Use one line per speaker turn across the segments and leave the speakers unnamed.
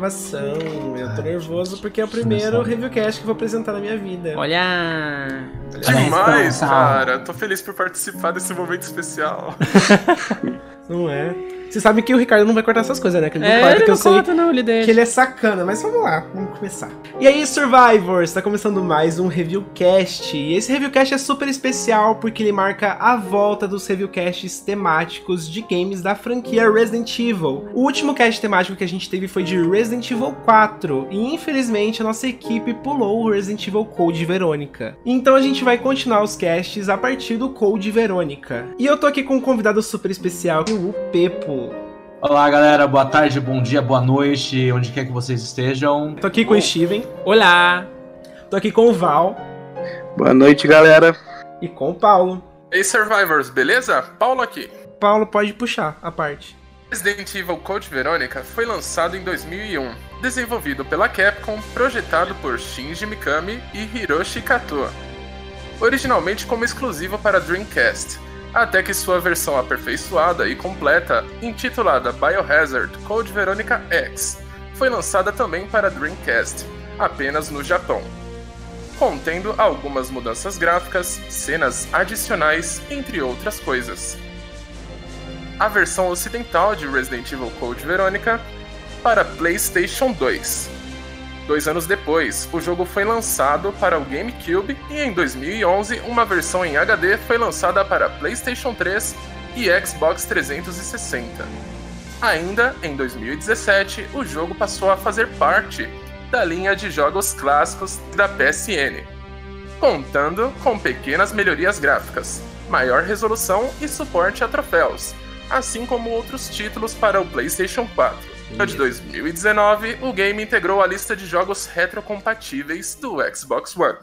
gravação. Eu tô nervoso porque é o primeiro reviewcast que eu vou apresentar na minha vida.
Olha!
Demais, cara. Tô feliz por participar desse momento especial.
Não é? Você sabe que o Ricardo não vai cortar essas coisas, né? Que ele não
corta,
que eu sei
ele deixa.
Que ele é sacana. Mas vamos lá, vamos começar. E aí, Survivors, tá começando mais um Reviewcast. E esse Reviewcast é super especial porque ele marca a volta dos Reviewcasts temáticos de games da franquia Resident Evil. O último cast temático que a gente teve foi de Resident Evil 4. E infelizmente a nossa equipe pulou o Resident Evil Code Verônica. Então a gente vai continuar os casts a partir do Code Verônica. E eu tô aqui com um convidado super especial, o Pepo.
Olá galera, boa tarde, bom dia, boa noite, onde quer que vocês estejam.
Tô aqui com o Steven.
Olá!
Tô aqui com o Val.
Boa noite, galera.
E com o Paulo.
Ei, Survivors, beleza? Paulo aqui.
Paulo, pode puxar a parte.
Resident Evil Code Verônica foi lançado em 2001, desenvolvido pela Capcom, projetado por Shinji Mikami e Hiroshi Kato. Originalmente como exclusivo para Dreamcast, até que sua versão aperfeiçoada e completa, intitulada Biohazard Code Veronica X, foi lançada também para Dreamcast, apenas no Japão, contendo algumas mudanças gráficas, cenas adicionais, entre outras coisas. A versão ocidental de Resident Evil Code Veronica para PlayStation 2. 2 anos depois, o jogo foi lançado para o GameCube e em 2011 uma versão em HD foi lançada para PlayStation 3 e Xbox 360. Ainda em 2017, o jogo passou a fazer parte da linha de jogos clássicos da PSN, contando com pequenas melhorias gráficas, maior resolução e suporte a troféus, assim como outros títulos para o PlayStation 4. No de 2019, o game integrou a lista de jogos retrocompatíveis do Xbox One.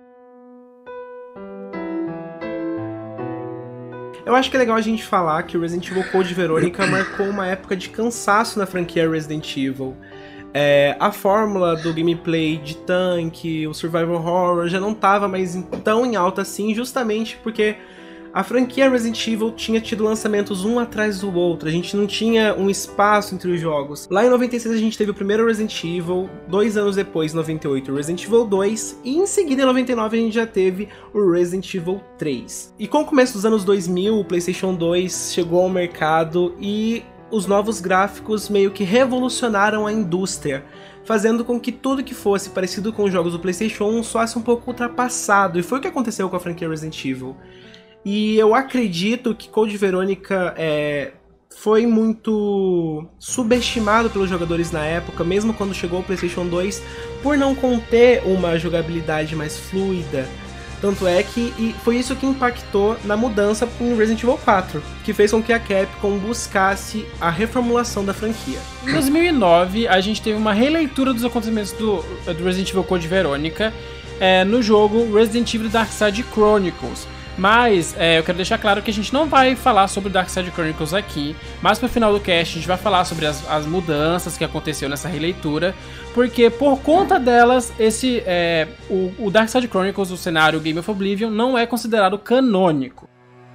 Eu acho que é legal a gente falar que o Resident Evil Code Verônica marcou uma época de cansaço na franquia Resident Evil. A fórmula do gameplay de tanque, o survival horror já não estava mais tão em alta assim, justamente porque a franquia Resident Evil tinha tido lançamentos um atrás do outro, a gente não tinha um espaço entre os jogos. Lá em 96 a gente teve o primeiro Resident Evil, 2 anos depois, em 98, o Resident Evil 2, e em seguida, em 99, a gente já teve o Resident Evil 3. E com o começo dos anos 2000, o PlayStation 2 chegou ao mercado e os novos gráficos meio que revolucionaram a indústria, fazendo com que tudo que fosse parecido com os jogos do PlayStation 1 soasse um pouco ultrapassado, e foi o que aconteceu com a franquia Resident Evil. E eu acredito que Code Verônica foi muito subestimado pelos jogadores na época, mesmo quando chegou ao PlayStation 2, por não conter uma jogabilidade mais fluida. Tanto é que foi isso que impactou na mudança em Resident Evil 4, que fez com que a Capcom buscasse a reformulação da franquia.
Em 2009, a gente teve uma releitura dos acontecimentos do Resident Evil Code Verônica no jogo Resident Evil Darkside Chronicles. Mas eu quero deixar claro que a gente não vai falar sobre o Darkside Chronicles aqui, mas pro final do cast a gente vai falar sobre as mudanças que aconteceu nessa releitura, porque por conta delas, o Darkside Chronicles, o cenário Game of Oblivion, não é considerado canônico.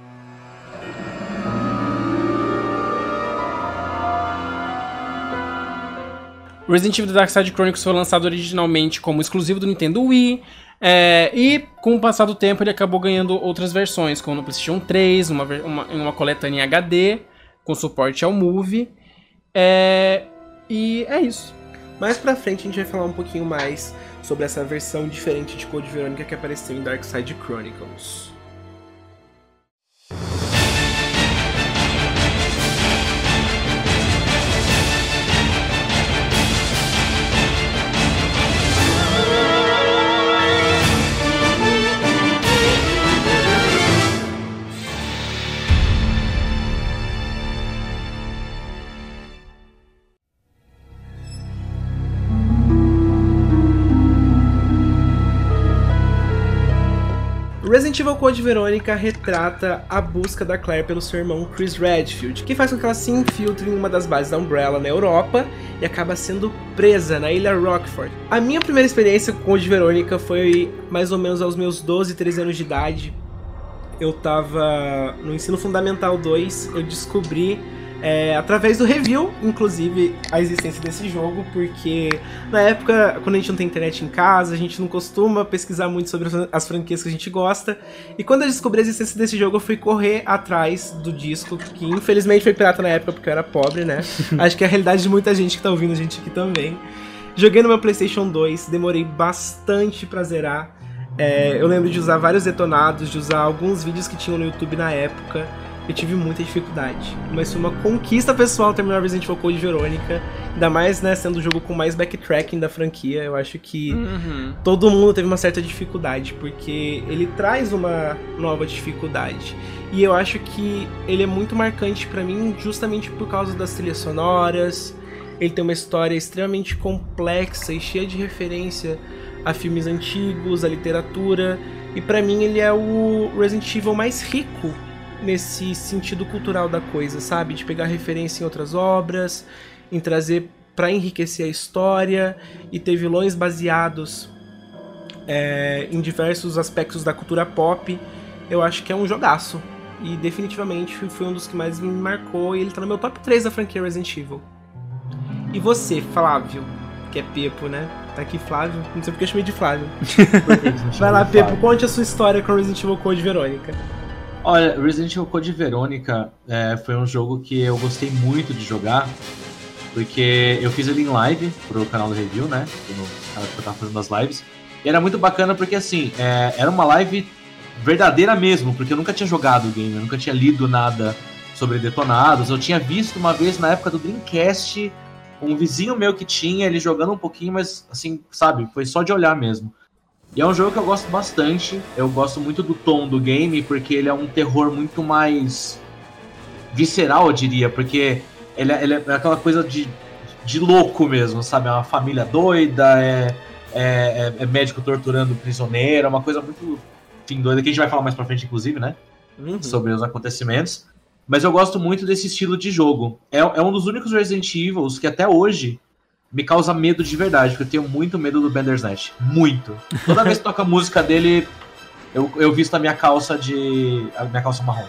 O Resident Evil Darkside Chronicles foi lançado originalmente como exclusivo do Nintendo Wii, e com o passar do tempo ele acabou ganhando outras versões, como no PlayStation 3, uma coletânea em HD, com suporte ao Move, e é isso.
Mais pra frente a gente vai falar um pouquinho mais sobre essa versão diferente de Code Verônica que apareceu em Darkside Chronicles. Resident Evil Code Verônica retrata a busca da Claire pelo seu irmão Chris Redfield, que faz com que ela se infiltre em uma das bases da Umbrella na Europa e acaba sendo presa na ilha Rockford. A minha primeira experiência com Code Verônica foi mais ou menos aos meus 12, 13 anos de idade. Eu tava no ensino fundamental 2, eu descobri através do review, inclusive, a existência desse jogo, porque na época, quando a gente não tem internet em casa, a gente não costuma pesquisar muito sobre as franquias que a gente gosta, e quando eu descobri a existência desse jogo, eu fui correr atrás do disco, que infelizmente foi pirata na época, porque eu era pobre, né? Acho que é a realidade de muita gente que tá ouvindo a gente aqui também. Joguei no meu PlayStation 2, demorei bastante pra zerar. Eu lembro de usar vários detonados, de usar alguns vídeos que tinham no YouTube na época. Eu tive muita dificuldade, mas foi uma conquista pessoal terminar Resident Evil Code Verônica, ainda mais, né, sendo o jogo com mais backtracking da franquia. Eu acho que todo mundo teve uma certa dificuldade, porque ele traz uma nova dificuldade. E eu acho que ele é muito marcante pra mim justamente por causa das trilhas sonoras. Ele tem uma história extremamente complexa e cheia de referência a filmes antigos, a literatura, e pra mim ele é o Resident Evil mais rico nesse sentido cultural da coisa, sabe? De pegar referência em outras obras, em trazer pra enriquecer a história e ter vilões baseados em diversos aspectos da cultura pop. Eu acho que é um jogaço. E definitivamente foi um dos que mais me marcou, e ele tá no meu top 3 da franquia Resident Evil. E você, Flávio, que é Pepo, né? Tá aqui Flávio, não sei porque eu chamei de Flávio. Vai lá, Pepo, conte a sua história com Resident Evil Code Verônica.
Olha, Resident Evil Code Verônica foi um jogo que eu gostei muito de jogar, porque eu fiz ele em live pro canal do review, né? No canal que eu tava fazendo as lives. E era muito bacana porque, assim, era uma live verdadeira mesmo, porque eu nunca tinha jogado o game, eu nunca tinha lido nada sobre detonados. Eu tinha visto uma vez na época do Dreamcast, um vizinho meu que tinha, ele jogando um pouquinho, mas, assim, sabe, foi só de olhar mesmo. E é um jogo que eu gosto bastante, eu gosto muito do tom do game, porque ele é um terror muito mais visceral, eu diria, porque ele é aquela coisa de louco mesmo, sabe? É uma família doida, é médico torturando prisioneiro, é uma coisa muito, enfim, doida, que a gente vai falar mais pra frente, inclusive, né? Sobre os acontecimentos. Mas eu gosto muito desse estilo de jogo. É um dos únicos Resident Evil que até hoje me causa medo de verdade, porque eu tenho muito medo do Bandersnatch. Muito. Toda vez que toca a música dele, eu visto a minha calça marrom.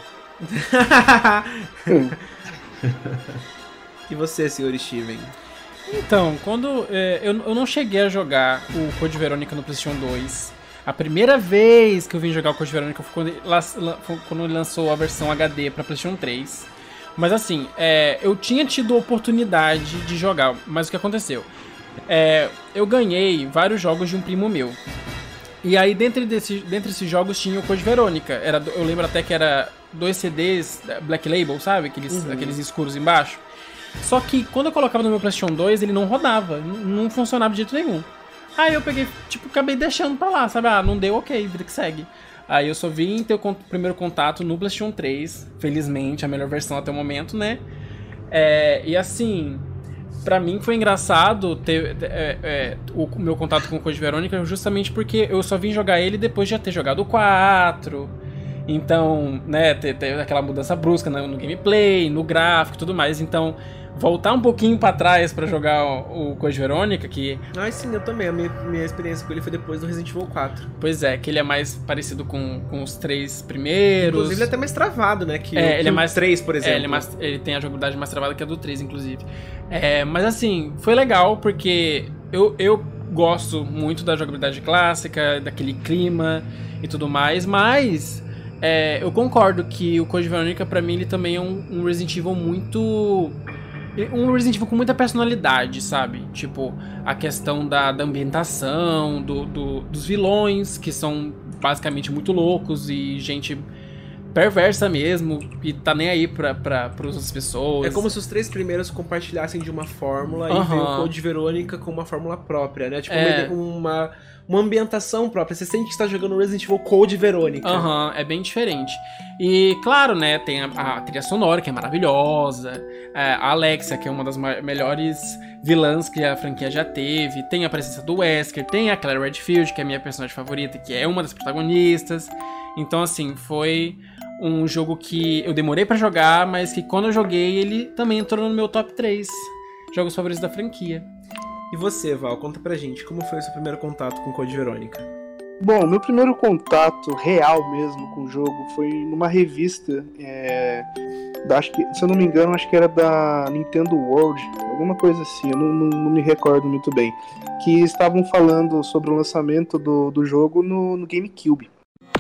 E você, senhor Steven?
Então, quando eu não cheguei a jogar o Code Verônica no PlayStation 2. A primeira vez que eu vim jogar o Code Verônica foi quando ele lançou a versão HD pra PlayStation 3. Mas assim, eu tinha tido a oportunidade de jogar, mas o que aconteceu? Eu ganhei vários jogos de um primo meu. E aí, dentre esses jogos, tinha o Code Verônica. Eu lembro até que era 2 CDs Black Label, sabe? Aqueles escuros embaixo. Só que quando eu colocava no meu PlayStation 2, ele não rodava, não funcionava de jeito nenhum. Aí eu peguei, acabei deixando pra lá, sabe? Não deu, ok, vida que segue. Aí eu só vim ter o primeiro contato no PlayStation 3, felizmente, a melhor versão até o momento, né? E assim, pra mim foi engraçado ter o meu contato com o Code Verônica, justamente porque eu só vim jogar ele depois de já ter jogado o 4. Então, né, ter aquela mudança brusca no gameplay, no gráfico e tudo mais. Então, voltar um pouquinho pra trás pra jogar o Code Verônica, que...
Ah, sim, eu também. A minha experiência com ele foi depois do Resident Evil 4.
Pois é, que ele é mais parecido com os 3 primeiros.
Inclusive, ele é até mais travado, né? Que
ele é
mais 3, por exemplo.
Ele tem a jogabilidade mais travada que a do 3, inclusive. Mas assim, foi legal, porque eu gosto muito da jogabilidade clássica, daquele clima e tudo mais, mas... eu concordo que o Code Verônica, pra mim, ele também é um Resident Evil muito... Um Resident Evil com muita personalidade, sabe? Tipo, a questão da ambientação, dos vilões, que são basicamente muito loucos e gente perversa mesmo, e tá nem aí para outras pessoas.
É como se os 3 primeiros compartilhassem de uma fórmula e veio o Code Verônica com uma fórmula própria, né? Tipo, uma ambientação própria. Você sente que está jogando Resident Evil Code Verônica.
É bem diferente. E, claro, né, tem a trilha sonora, que é maravilhosa. A Alexia, que é uma das melhores vilãs que a franquia já teve. Tem a presença do Wesker. Tem a Claire Redfield, que é a minha personagem favorita, que é uma das protagonistas. Então, assim, foi um jogo que eu demorei pra jogar, mas que quando eu joguei, ele também entrou no meu top 3 jogos favoritos da franquia.
E você, Val, conta pra gente, como foi o seu primeiro contato com Code Verônica?
Bom, meu primeiro contato real mesmo com o jogo foi numa revista, acho que, se eu não me engano, acho que era da Nintendo World, alguma coisa assim, eu não me recordo muito bem, que estavam falando sobre o lançamento do jogo no GameCube.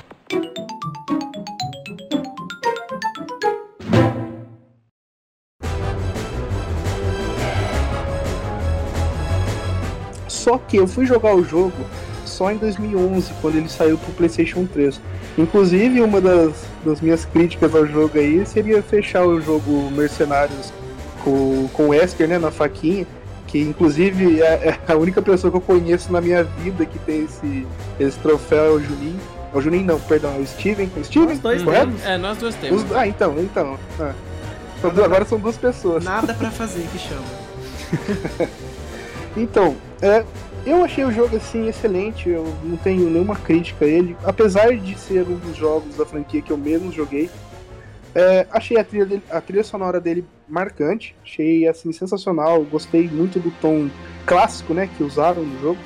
Só que eu fui jogar o jogo só em 2011, quando ele saiu pro PlayStation 3. Inclusive, uma das minhas críticas ao jogo aí seria fechar o jogo Mercenários com o Wesker, né, na faquinha, que inclusive é a única pessoa que eu conheço na minha vida que tem esse troféu, é o Juninho. O Juninho não, perdão, é o Steven. O Steven,
Nós dois
correto?
Nós dois temos.
Então. Agora são duas pessoas.
Nada pra fazer que chama.
Então, eu achei o jogo assim excelente, eu não tenho nenhuma crítica a ele, apesar de ser um dos jogos da franquia que eu menos joguei. Achei a trilha sonora dele marcante, achei assim sensacional, gostei muito do tom clássico, né, que usaram no jogo.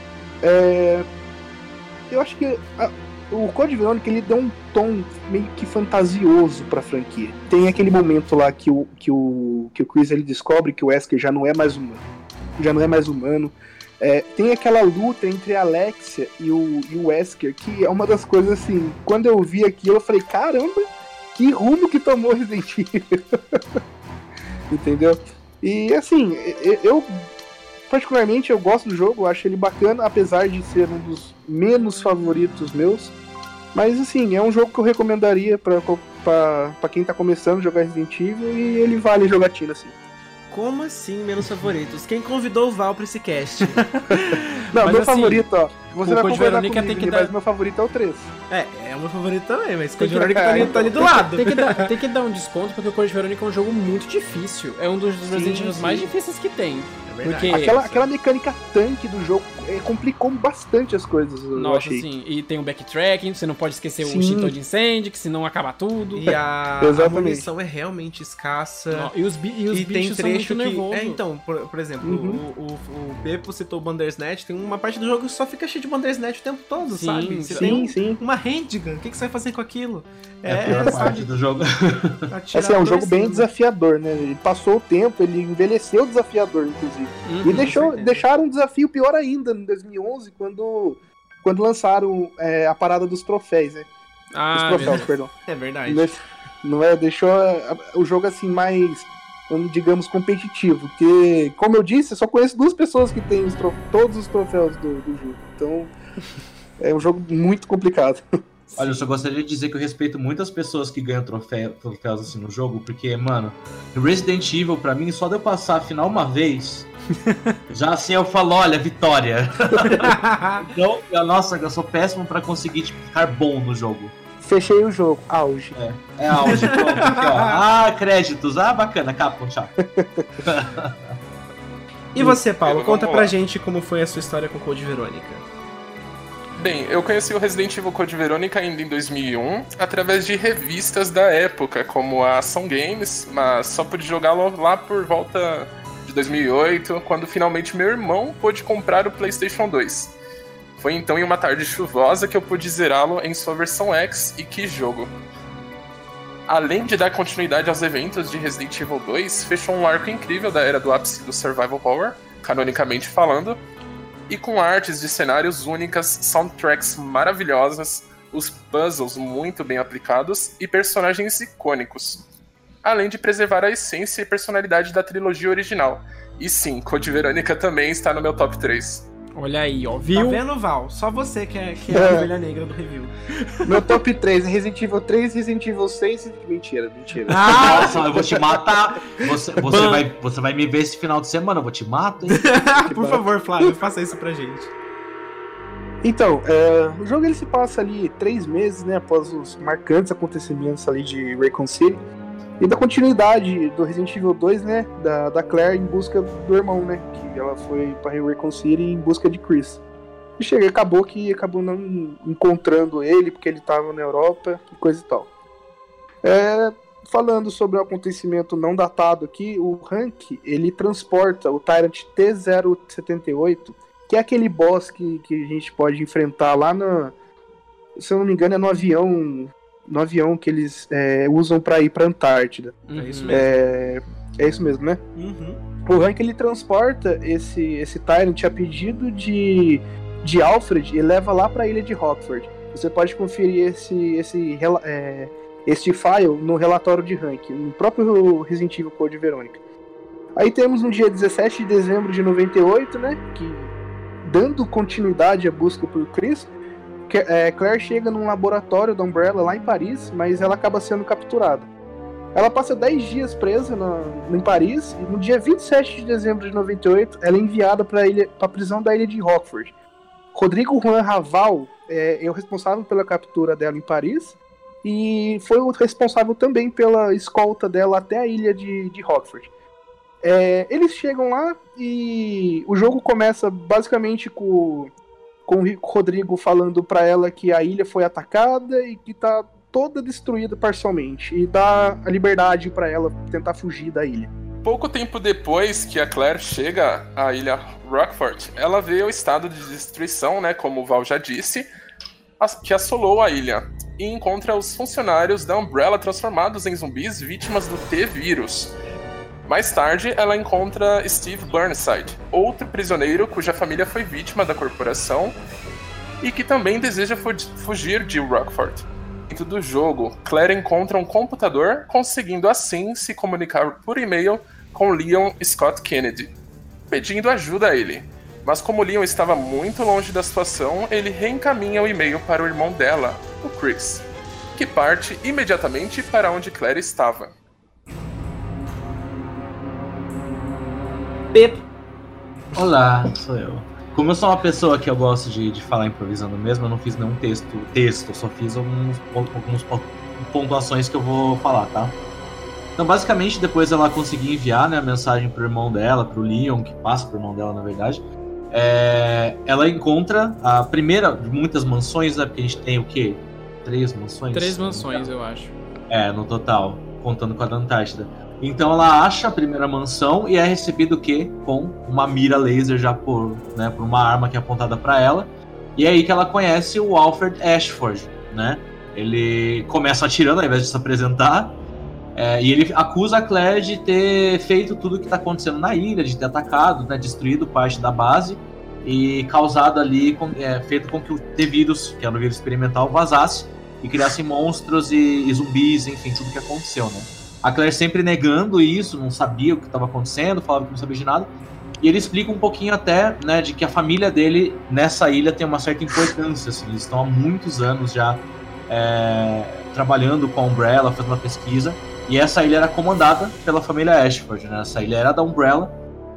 Eu acho que o Code Veronica ele deu um tom meio que fantasioso pra franquia. Tem aquele momento lá que o Chris ele descobre que o Wesker já não é mais humano. Tem aquela luta entre a Alexia e o Wesker, que é uma das coisas assim, quando eu vi aquilo eu falei, caramba, que rumo que tomou Resident Evil. Entendeu? E assim, eu particularmente eu gosto do jogo, eu acho ele bacana, apesar de ser um dos menos favoritos meus. Mas assim, é um jogo que eu recomendaria pra quem tá começando a jogar Resident Evil, e ele vale jogatina assim.
Como assim, menos favoritos? Quem convidou o Val pra esse cast?
Não,
mas
meu
assim,
favorito, ó. Você vai
Code
concordar
Veronica
comigo,
tem que
mas
dar...
meu favorito é o 3.
É o meu favorito também, mas
Tem
Code
que-
Veronica tá ali do lado.
Tem que dar um desconto, porque o Code Veronica é um jogo muito difícil. É um dos Resident Evil mais difíceis que tem.
É verdade.
Porque...
Aquela mecânica tanque do jogo complicou bastante as coisas, eu
Nossa,
achei.
sim. E tem o backtracking, você não pode esquecer o
Sim.
extintor de incêndio, que senão acaba tudo.
E a
Exatamente.
munição é realmente escassa.
E os bichos são muito nervosos.
Então, por exemplo,
Uhum.
o Pepo citou o Bandersnatch, tem uma parte do jogo que só fica cheio de Bandersnatch o tempo todo,
Sim,
sabe? Você
sim,
tem uma handgun, o que você vai fazer com aquilo?
É a pior parte
sabe?
do jogo.
Atirar
Assim, é um
por
jogo bem
cima.
desafiador, né? Ele passou o tempo, ele envelheceu desafiador, inclusive.
Uhum.
E
certeza.
deixaram um desafio pior ainda em 2011, quando lançaram a parada dos troféus, né? Os troféus,
beleza.
perdão.
É verdade.
Não é? Deixou o jogo assim mais, digamos, competitivo. Porque, como eu disse, eu só conheço duas pessoas que têm todos os troféus do jogo. Então, é um jogo muito complicado.
Olha, eu só gostaria de dizer que eu respeito muitas pessoas que ganham troféus assim no jogo, porque, mano, Resident Evil, pra mim, só de eu passar a final uma vez, já assim eu falo, olha, vitória. Então, nossa, eu sou péssimo pra conseguir ficar bom no jogo.
Fechei o jogo. Auge.
É auge, pronto, aqui, ó. Ah, créditos, bacana, Capcom, tchau.
E você, Paulo,
Vamos
conta
lá.
pra gente como foi a sua história com Code Verônica.
Bem, eu conheci o Resident Evil Code Veronica ainda em 2001, através de revistas da época, como a Ação Games, mas só pude jogá-lo lá por volta de 2008, quando finalmente meu irmão pôde comprar o PlayStation 2. Foi então em uma tarde chuvosa que eu pude zerá-lo em sua versão X, e que jogo! Além de dar continuidade aos eventos de Resident Evil 2, fechou um arco incrível da era do ápice do Survival Horror, canonicamente falando, e com artes de cenários únicas, soundtracks maravilhosas, os puzzles muito bem aplicados e personagens icônicos. Além de preservar a essência e personalidade da trilogia original. E sim, Code Veronica também está no meu top 3.
Olha aí, ó,
Tá
viu?
vendo, Val? Só você que é a ovelha negra do review.
Meu top 3 é Resident Evil 3, Resident Evil 6 e... Mentira.
Nossa, eu vou te matar. Você vai me ver esse final de semana, eu vou te matar, hein?
Por favor, Flávio, faça isso pra gente.
Então, o jogo ele se passa ali 3 meses, né, após os marcantes acontecimentos ali de Raccoon City, e da continuidade do Resident Evil 2, né, da Claire em busca do irmão, né, que ela foi para Raccoon City em busca de Chris. E acabou não encontrando ele, porque ele estava na Europa e coisa e tal. Falando sobre o acontecimento não datado aqui, o Hank, ele transporta o Tyrant T-078 que é aquele boss que a gente pode enfrentar lá no... Se eu não me engano, é no avião que eles usam pra ir pra Antártida.
É isso mesmo.
É isso mesmo, né?
Uhum.
O Hank, ele transporta esse Tyrant a pedido de Alfred e leva lá pra ilha de Rockford. Você pode conferir este file no relatório de Hank, no próprio Resident Evil Code Verônica. Aí temos no dia 17 de dezembro de 98, né, que dando continuidade à busca por Chris, Claire chega num laboratório da Umbrella lá em Paris, mas ela acaba sendo capturada. Ela passa 10 dias presa em Paris, e no dia 27 de dezembro de 98, ela é enviada para a prisão da ilha de Rockford. Rodrigo Juan Raval é o responsável pela captura dela em Paris, e foi o responsável também pela escolta dela até a ilha de Rockford. Eles chegam lá e o jogo começa basicamente com o Rodrigo falando pra ela que a ilha foi atacada e que tá toda destruída parcialmente, e dá a liberdade pra ela tentar fugir da ilha.
Pouco tempo depois que a Claire chega à ilha Rockford, ela vê o estado de destruição, né, como o Val já disse, que assolou a ilha, e encontra os funcionários da Umbrella transformados em zumbis vítimas do T-Vírus. Mais tarde, ela encontra Steve Burnside, outro prisioneiro cuja família foi vítima da corporação e que também deseja fugir de Rockford. Dentro do jogo, Claire encontra um computador, conseguindo assim se comunicar por e-mail com Leon Scott Kennedy, pedindo ajuda a ele. Mas como Leon estava muito longe da situação, ele reencaminha o e-mail para o irmão dela, o Chris, que parte imediatamente para onde Claire estava.
Olá, sou eu. Como eu sou uma pessoa que eu gosto de falar improvisando mesmo, eu não fiz nenhum texto, eu só fiz algumas pontuações que eu vou falar, tá? Então, basicamente, depois ela conseguir enviar, né, a mensagem pro irmão dela, pro Leon, que passa pro irmão dela, na verdade, ela encontra a primeira de muitas mansões, né, porque a gente tem o quê? 3 mansões?
3 mansões, eu acho.
No total, contando com a da Antártida. Então ela acha a primeira mansão e é recebida o quê? Com uma mira laser já por uma arma que é apontada para ela. E é aí que ela conhece o Alfred Ashford, né? Ele começa atirando ao invés de se apresentar. E ele acusa a Claire de ter feito tudo o que está acontecendo na ilha, de ter atacado, né, destruído parte da base e causado ali, feito com que o T-Vírus, que era o vírus experimental, vazasse e criasse monstros e zumbis, enfim, tudo que aconteceu, né? A Claire sempre negando isso, não sabia o que estava acontecendo, falava que não sabia de nada. E ele explica um pouquinho até, né, de que a família dele nessa ilha tem uma certa importância, assim, eles estão há muitos anos já trabalhando com a Umbrella, fazendo uma pesquisa. E essa ilha era comandada pela família Ashford, né? Essa ilha era da Umbrella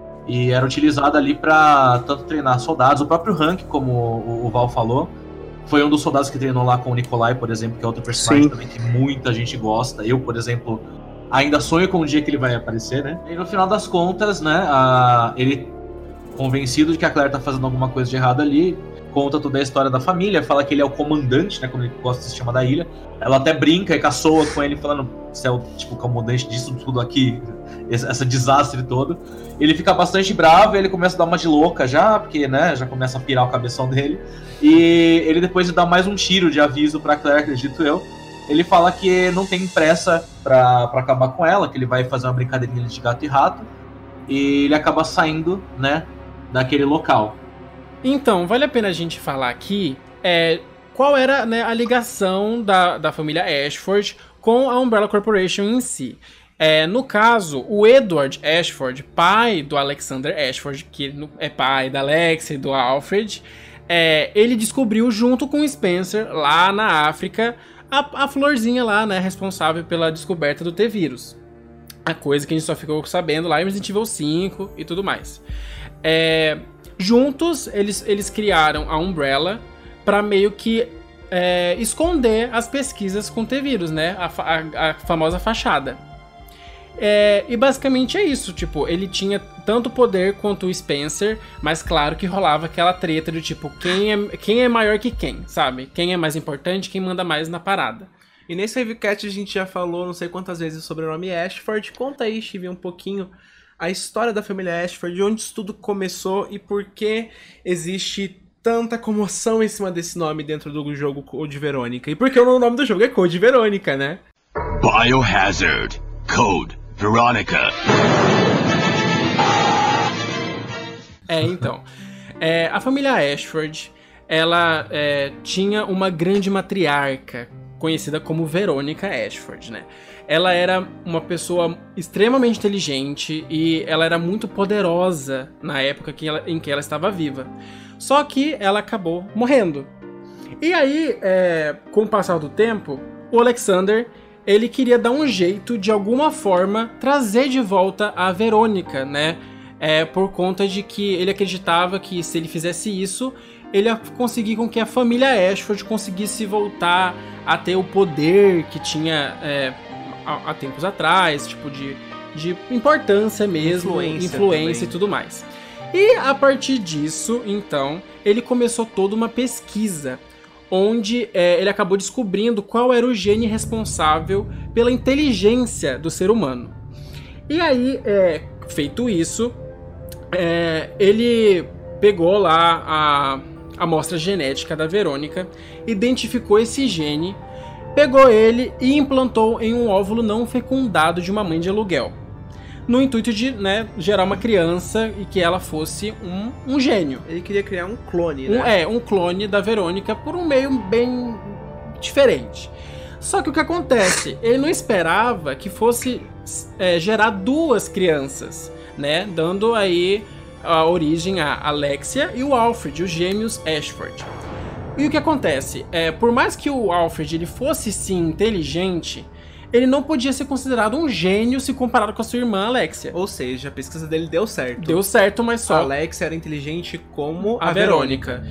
e era utilizada ali para tanto treinar soldados. O próprio Hank, como o Val falou, foi um dos soldados que treinou lá com o Nikolai, por exemplo, que é outro personagem também que muita gente gosta. Eu, por exemplo, ainda sonho com o dia que ele vai aparecer, né? E no final das contas, né, ele, convencido de que a Claire tá fazendo alguma coisa de errado ali, conta toda a história da família, fala que ele é o comandante, né, como ele gosta de se chamar da ilha. Ela até brinca e caçoa com ele, falando se é o tipo comandante disso tudo aqui, esse desastre todo. Ele fica bastante bravo e ele começa a dar uma de louca já, porque, né, já começa a pirar o cabeção dele. E ele depois dá mais um tiro de aviso pra Claire, acredito eu. Ele fala que não tem pressa pra acabar com ela, que ele vai fazer uma brincadeirinha de gato e rato. E ele acaba saindo, né, daquele local.
Então, vale a pena a gente falar aqui qual era, né, a ligação da família Ashford com a Umbrella Corporation em si. No caso, o Edward Ashford, pai do Alexander Ashford, que é pai da Alex e do Alfred, ele descobriu junto com o Spencer, lá na África, a florzinha lá, né, responsável pela descoberta do T-Vírus. A coisa que a gente só ficou sabendo lá em Resident Evil 5 e tudo mais. Juntos, eles criaram a Umbrella para meio que esconder as pesquisas com T-Vírus, né? A famosa fachada. E basicamente é isso, tipo, ele tinha tanto poder quanto o Spencer, mas claro que rolava aquela treta do tipo, quem é maior que quem, sabe? Quem é mais importante, quem manda mais na parada.
E nesse Heavycat a gente já falou não sei quantas vezes sobre o nome Ashford. Conta aí, Steve, um pouquinho a história da família Ashford, de onde isso tudo começou e por que existe tanta comoção em cima desse nome dentro do jogo Code Verônica. E por que o nome do jogo é Code Verônica, né?
Biohazard. Code Veronica.
Então. A família Ashford, ela tinha uma grande matriarca, conhecida como Verônica Ashford, né? Ela era uma pessoa extremamente inteligente e ela era muito poderosa na época em que ela estava viva. Só que ela acabou morrendo. E aí, com o passar do tempo, o Alexander, ele queria dar um jeito, de alguma forma, trazer de volta a Verônica, né? Por conta de que ele acreditava que se ele fizesse isso, ele ia conseguir com que a família Ashford conseguisse voltar a ter o poder que tinha há tempos atrás, tipo de importância mesmo, influência e tudo mais. E a partir disso, então, ele começou toda uma pesquisa, onde ele acabou descobrindo qual era o gene responsável pela inteligência do ser humano. E aí, feito isso, ele pegou lá a amostra genética da Verônica, identificou esse gene, pegou ele e implantou em um óvulo não fecundado de uma mãe de aluguel, no intuito de, né, gerar uma criança e que ela fosse um gênio.
Ele queria criar um clone, né?
Um clone da Verônica por um meio bem diferente. Só que o que acontece? Ele não esperava que fosse gerar duas crianças, né? Dando aí a origem a Alexia e o Alfred, os gêmeos Ashford. E o que acontece? Por mais que o Alfred ele fosse sim inteligente, ele não podia ser considerado um gênio se comparado com a sua irmã Alexia.
Ou seja, a pesquisa dele deu certo.
Deu certo, mas só...
A Alexia era inteligente como
a Verônica.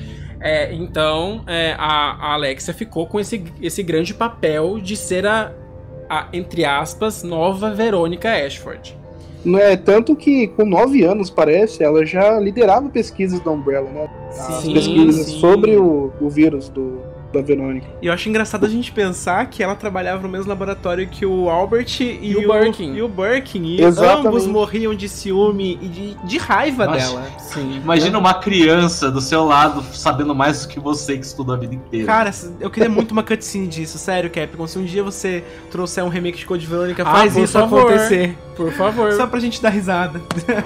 Então, a Alexia ficou com esse grande papel de ser a, entre aspas, nova Verônica Ashford.
Não é tanto que com 9 anos, parece, ela já liderava pesquisas da Umbrella, né? As pesquisas sobre o vírus da Verônica.
E eu acho engraçado a gente pensar que ela trabalhava no mesmo laboratório que o Albert e o Birkin. E ambos morriam de ciúme e de raiva dela.
Sim. Imagina uma criança do seu lado sabendo mais do que você que estudou a vida inteira.
Cara, eu queria muito uma cutscene disso, sério, Capcom. Se um dia você trouxer um remake de Code Verônica, faz isso acontecer.
Por favor.
Só pra gente dar risada.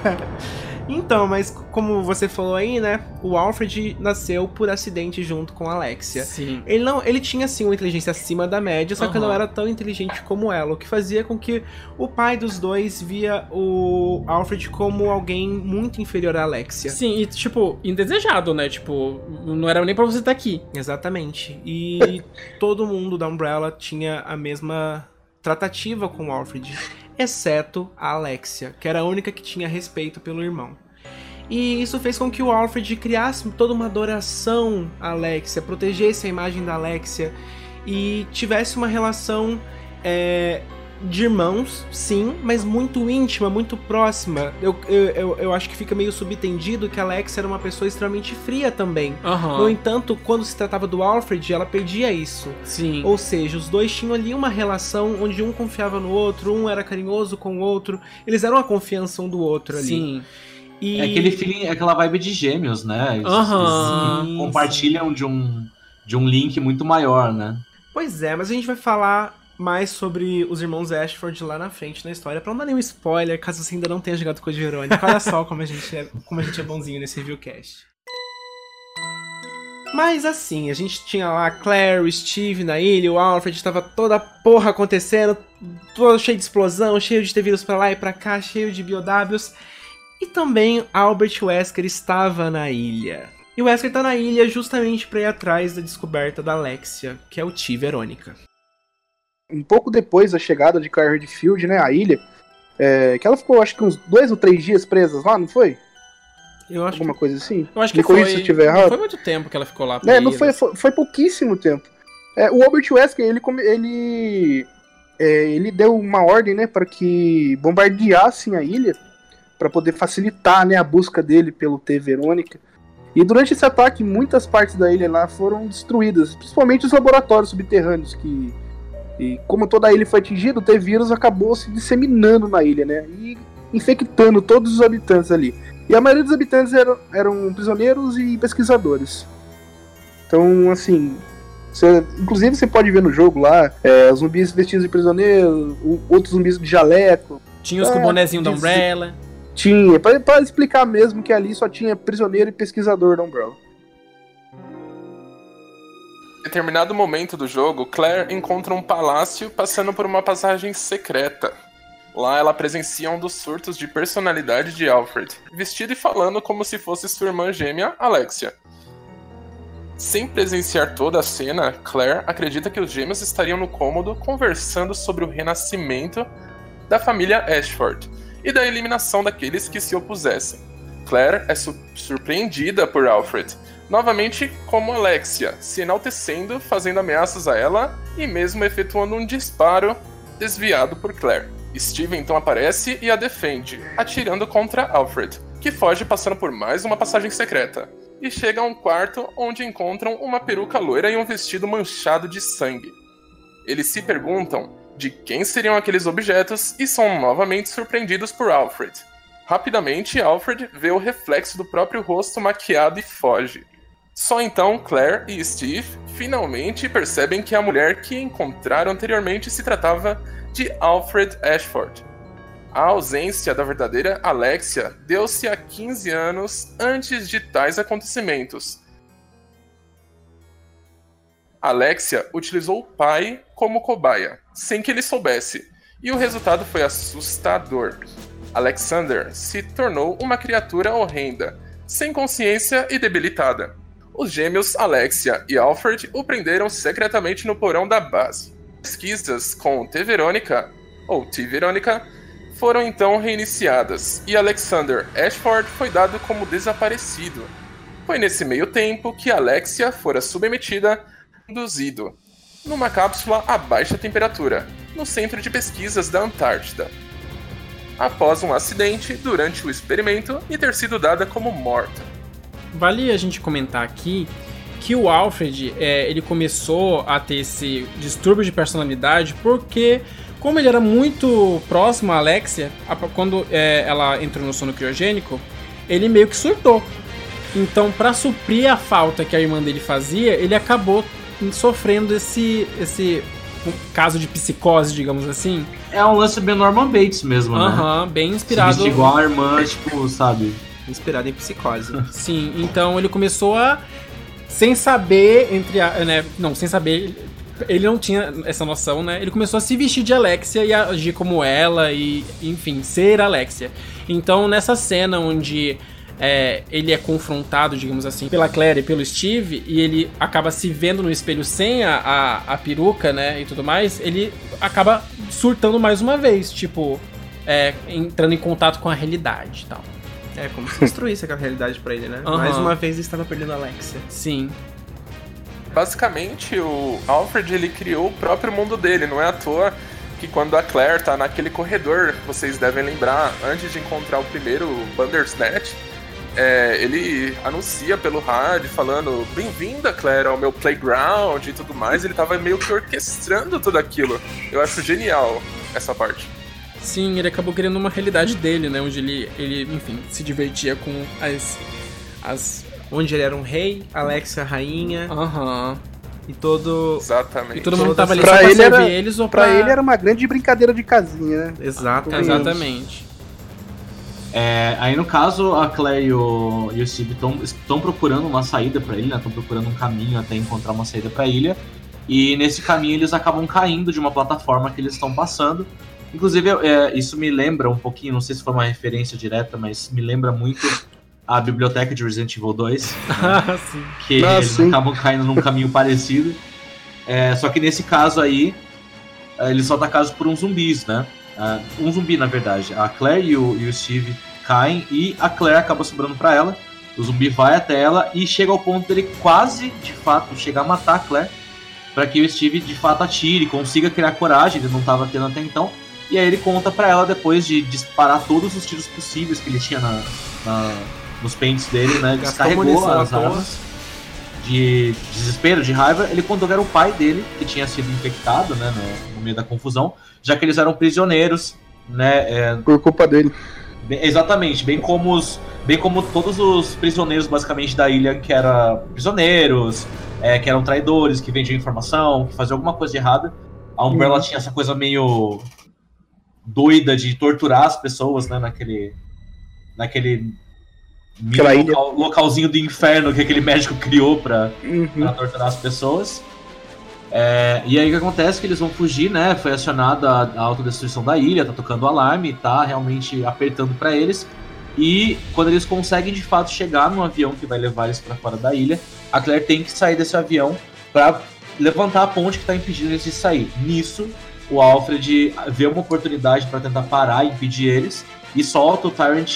Então, mas como você falou aí, né, o Alfred nasceu por acidente junto com a Alexia.
Sim.
Ele tinha, sim, uma inteligência acima da média, só que não era tão inteligente como ela, o que fazia com que o pai dos dois via o Alfred como alguém muito inferior à Alexia.
Sim, e, tipo, indesejado, né, tipo, não era nem pra você estar aqui.
Exatamente. E todo mundo da Umbrella tinha a mesma tratativa com o Alfred, exceto a Alexia, que era a única que tinha respeito pelo irmão. E isso fez com que o Alfred criasse toda uma adoração à Alexia, protegesse a imagem da Alexia e tivesse uma relação de irmãos, sim, mas muito íntima, muito próxima. Eu acho que fica meio subentendido que a Alexia era uma pessoa extremamente fria também. No entanto, quando se tratava do Alfred, ela perdia isso.
Sim.
Ou seja, os dois tinham ali uma relação onde um confiava no outro, um era carinhoso com o outro. Eles eram a confiança um do outro ali.
Sim.
E...
É aquele feeling, aquela vibe de gêmeos, né? Eles compartilham de um link muito maior, né?
Pois é, mas a gente vai falar mais sobre os irmãos Ashford lá na frente na história, pra não dar nenhum spoiler, caso você ainda não tenha jogado Code Verônica. Olha só como a gente é bonzinho nesse reviewcast. Mas assim, a gente tinha lá a Claire, o Steve na ilha, o Alfred, tava toda a porra acontecendo, todo cheio de explosão, cheio de ter vírus pra lá e pra cá, cheio de BOWs. E também Albert Wesker estava na ilha. E o Wesker tá na ilha justamente pra ir atrás da descoberta da Alexia, que é o T. Verônica.
Um pouco depois da chegada de Claire Redfield, né, a ilha, que ela ficou acho que uns 2 ou 3 dias presas lá, não foi?
Eu acho
Alguma coisa assim?
Eu acho que foi.
Se eu tiver errado.
Não foi muito tempo que ela ficou lá.
Não foi pouquíssimo tempo. O Albert Wesker, ele deu uma ordem, né, para que bombardeassem a ilha, para poder facilitar, né, a busca dele pelo T. Verônica. E durante esse ataque, muitas partes da ilha lá foram destruídas, principalmente os laboratórios subterrâneos, e como toda a ilha foi atingida, o T-Vírus acabou se disseminando na ilha, né? E infectando todos os habitantes ali. E a maioria dos habitantes eram prisioneiros e pesquisadores. Então, assim, inclusive você pode ver no jogo lá, zumbis vestidos de prisioneiro, outros zumbis de jaleco.
Tinha os com o bonezinho da Umbrella.
Tinha, pra explicar mesmo que ali só tinha prisioneiro e pesquisador da Umbrella.
Em determinado momento do jogo, Claire encontra um palácio passando por uma passagem secreta. Lá ela presencia um dos surtos de personalidade de Alfred, vestido e falando como se fosse sua irmã gêmea, Alexia. Sem presenciar toda a cena, Claire acredita que os gêmeos estariam no cômodo conversando sobre o renascimento da família Ashford e da eliminação daqueles que se opusessem. Claire é surpreendida por Alfred, novamente como Alexia, se enaltecendo, fazendo ameaças a ela e mesmo efetuando um disparo desviado por Claire. Steve então aparece e a defende, atirando contra Alfred, que foge passando por mais uma passagem secreta, e chega a um quarto onde encontram uma peruca loira e um vestido manchado de sangue. Eles se perguntam de quem seriam aqueles objetos e são novamente surpreendidos por Alfred. Rapidamente, Alfred vê o reflexo do próprio rosto maquiado e foge. Só então Claire e Steve finalmente percebem que a mulher que encontraram anteriormente se tratava de Alfred Ashford. A ausência da verdadeira Alexia deu-se há 15 anos antes de tais acontecimentos. Alexia utilizou o pai como cobaia, sem que ele soubesse, e o resultado foi assustador. Alexander se tornou uma criatura horrenda, sem consciência e debilitada. Os gêmeos Alexia e Alfred o prenderam secretamente no porão da base. Pesquisas com T-Verônica, ou T-Verônica, foram então reiniciadas, e Alexander Ashford foi dado como desaparecido. Foi nesse meio tempo que Alexia fora submetida conduzido numa cápsula a baixa temperatura, no centro de pesquisas da Antártida, após um acidente durante o experimento e ter sido dada como morta.
Vale a gente comentar aqui que o Alfred, ele começou a ter esse distúrbio de personalidade porque, como ele era muito próximo à Alexia, quando ela entrou no sono criogênico, ele meio que surtou. Então, para suprir a falta que a irmã dele fazia, ele acabou sofrendo esse caso de psicose, digamos assim.
É um lance bem Norman Bates mesmo, né?
Aham, bem inspirado.
Se igual a irmã, tipo, sabe?
Inspirado em psicose.
Sim, então ele começou a, sem saber, sem saber, ele não tinha essa noção, né? Ele começou a se vestir de Alexia e agir como ela e, enfim, ser Alexia. Então, nessa cena onde ele é confrontado, digamos assim, pela Claire e pelo Steve, e ele acaba se vendo no espelho sem a peruca, né, e tudo mais, ele acaba surtando mais uma vez, tipo, entrando em contato com a realidade e tal.
É como se destruísse aquela realidade pra ele, né?
Uhum.
Mais uma vez ele estava perdendo a Alexia.
Sim.
Basicamente, o Alfred ele criou o próprio mundo dele, não é à toa que quando a Claire tá naquele corredor, vocês devem lembrar, antes de encontrar o primeiro Bandersnatch, ele anuncia pelo rádio falando: bem-vinda, Claire, ao meu playground e tudo mais. Ele tava meio que orquestrando tudo aquilo. Eu acho genial essa parte.
Sim, ele acabou criando uma realidade dele, né? Onde ele enfim, se divertia com as...
Onde ele era um rei, Alexia rainha.
Aham.
E todo...
Exatamente.
E todo mundo tava ali
pra
só pra
ele
servir eles ou
pra ele era uma grande brincadeira de casinha, né?
Exato.
Exatamente.
Aí no caso, a Claire e o Steve estão procurando uma saída pra ilha, estão procurando um caminho até encontrar uma saída pra ilha. E nesse caminho eles acabam caindo de uma plataforma que eles estão passando. Inclusive, isso me lembra um pouquinho, não sei se foi uma referência direta, mas me lembra muito a biblioteca de Resident Evil 2. Né?
Sim.
Que eles acabam caindo num caminho parecido. Só que nesse caso aí, eles são atacados por uns zumbis, né? Um zumbi, na verdade. A Claire e o Steve caem e a Claire acaba sobrando pra ela. O zumbi vai até ela e chega ao ponto dele quase, de fato, chegar a matar a Claire, pra que o Steve, de fato, atire, consiga criar coragem, ele não estava tendo até então. E aí ele conta pra ela, depois de disparar todos os tiros possíveis que ele tinha nos pentes dele, né? Descarregou as armas. De desespero, de raiva, ele contou que era o pai dele que tinha sido infectado, né, no meio da confusão, já que eles eram prisioneiros né?
Por culpa dele.
Exatamente, bem como todos os prisioneiros basicamente da ilha que eram prisioneiros, que eram traidores, que vendiam informação, que faziam alguma coisa de errada. A Umbrella tinha essa coisa meio doida de torturar as pessoas, né, naquele localzinho do inferno que aquele médico criou pra torturar as pessoas. E aí o que acontece é que eles vão fugir, né? Foi acionada a autodestruição da ilha, tá tocando o alarme, tá realmente apertando pra eles. E quando eles conseguem de fato chegar num avião que vai levar eles pra fora da ilha, a Claire tem que sair desse avião pra levantar a ponte que tá impedindo eles de sair. Nisso, o Alfred vê uma oportunidade pra tentar parar e impedir eles e solta o Tyrant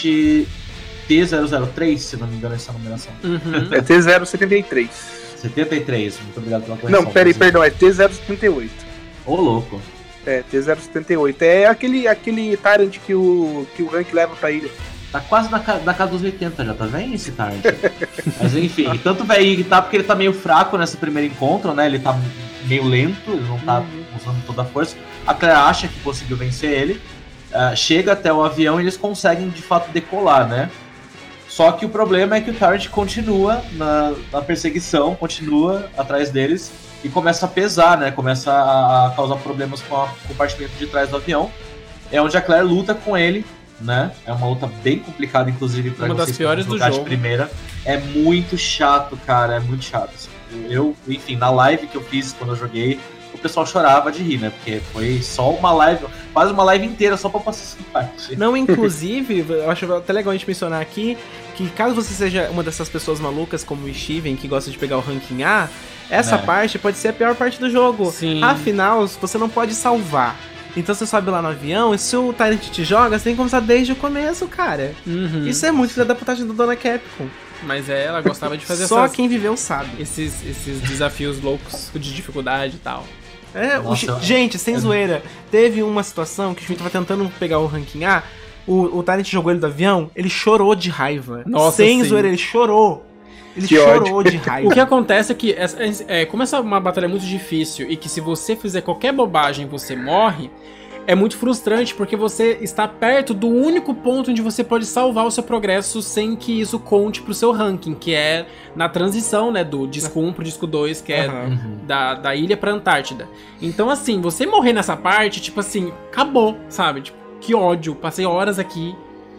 T-003, se não me engano, essa numeração.
É T-073.
73, muito obrigado pela correção.
Não, perdão, é T-078.
Ô, louco.
É, T-078. É aquele Tyrant que o Hank leva pra ilha.
Tá quase na casa dos 80 já, tá vendo esse Tyrant? Mas enfim, tanto velho que tá, porque ele tá meio fraco nesse primeiro encontro, né? Ele tá meio lento, ele não tá usando toda a força. A Claire acha que conseguiu vencer ele. Chega até o avião e eles conseguem de fato decolar, né? Só que o problema é que o Tyrant continua na perseguição, continua atrás deles e começa a pesar, né? Começa a causar problemas com o compartimento de trás do avião. É onde a Claire luta com ele, né? É uma luta bem complicada, inclusive, pra
uma das piores do jogo.
De primeira. É muito chato, cara, é muito chato. Enfim, na live que eu fiz quando eu joguei, o pessoal chorava de rir, né? Porque foi só uma live, quase uma live inteira só pra passar essa parte.
Não, inclusive, eu acho até legal a gente mencionar aqui que caso você seja uma dessas pessoas malucas como o Steven, que gosta de pegar o ranking A, essa parte pode ser a pior parte do jogo.
Sim.
Afinal, você não pode salvar. Então você sobe lá no avião e se o Tyrant te joga, você tem que começar desde o começo, cara. Isso é muito filha da putagem da dona Capcom.
Mas ela gostava de fazer
só quem viveu sabe.
Esses desafios loucos de dificuldade e tal.
Gente, sem zoeira, teve uma situação que a gente tava tentando pegar o ranking A, o Tyrant jogou ele do avião, ele chorou de raiva.
Nossa,
sem zoeira, ele chorou. Ele chorou de raiva.
O que acontece é que, como essa é uma batalha muito difícil e que se você fizer qualquer bobagem você morre, é muito frustrante porque você está perto do único ponto onde você pode salvar o seu progresso sem que isso conte pro seu ranking, que é na transição, né, do disco 1 pro disco 2, que é da ilha pra Antártida. Então, assim, você morrer nessa parte, tipo assim, acabou, sabe? Tipo, que ódio, passei horas aqui.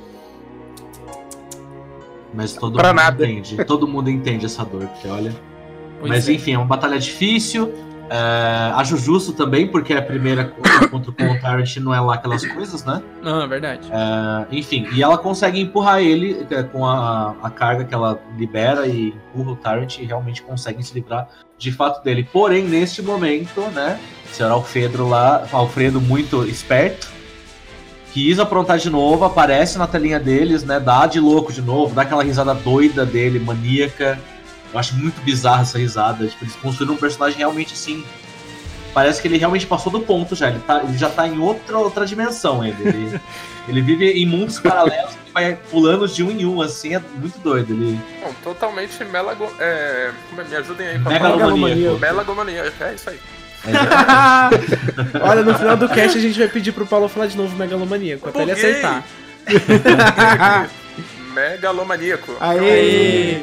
Mas todo mundo entende essa dor, porque olha... Mas enfim, é uma batalha difícil. Acho justo também, porque a primeira contra o Tyrant não é lá aquelas coisas, né?
Não, é verdade.
Enfim, e ela consegue empurrar ele com a carga que ela libera e empurra o Tyrant e realmente consegue se livrar de fato dele. Porém, neste momento, né, o senhor Alfredo muito esperto, quis aprontar de novo, aparece na telinha deles, né, dá de louco de novo, dá aquela risada doida dele, maníaca. Eu acho muito bizarra essa risada. Tipo, eles construíram um personagem realmente assim. Parece que ele realmente passou do ponto já. Ele já tá em outra dimensão. Ele vive em mundos paralelos e vai pulando de um em um, assim, é muito doido.
Bom, totalmente me ajudem aí.
Megalomaníaco.
É isso aí.
Olha, no final do cast a gente vai pedir pro Paulo falar de novo Megalomaníaco, até ele acertar.
Megalomaníaco.
Aê!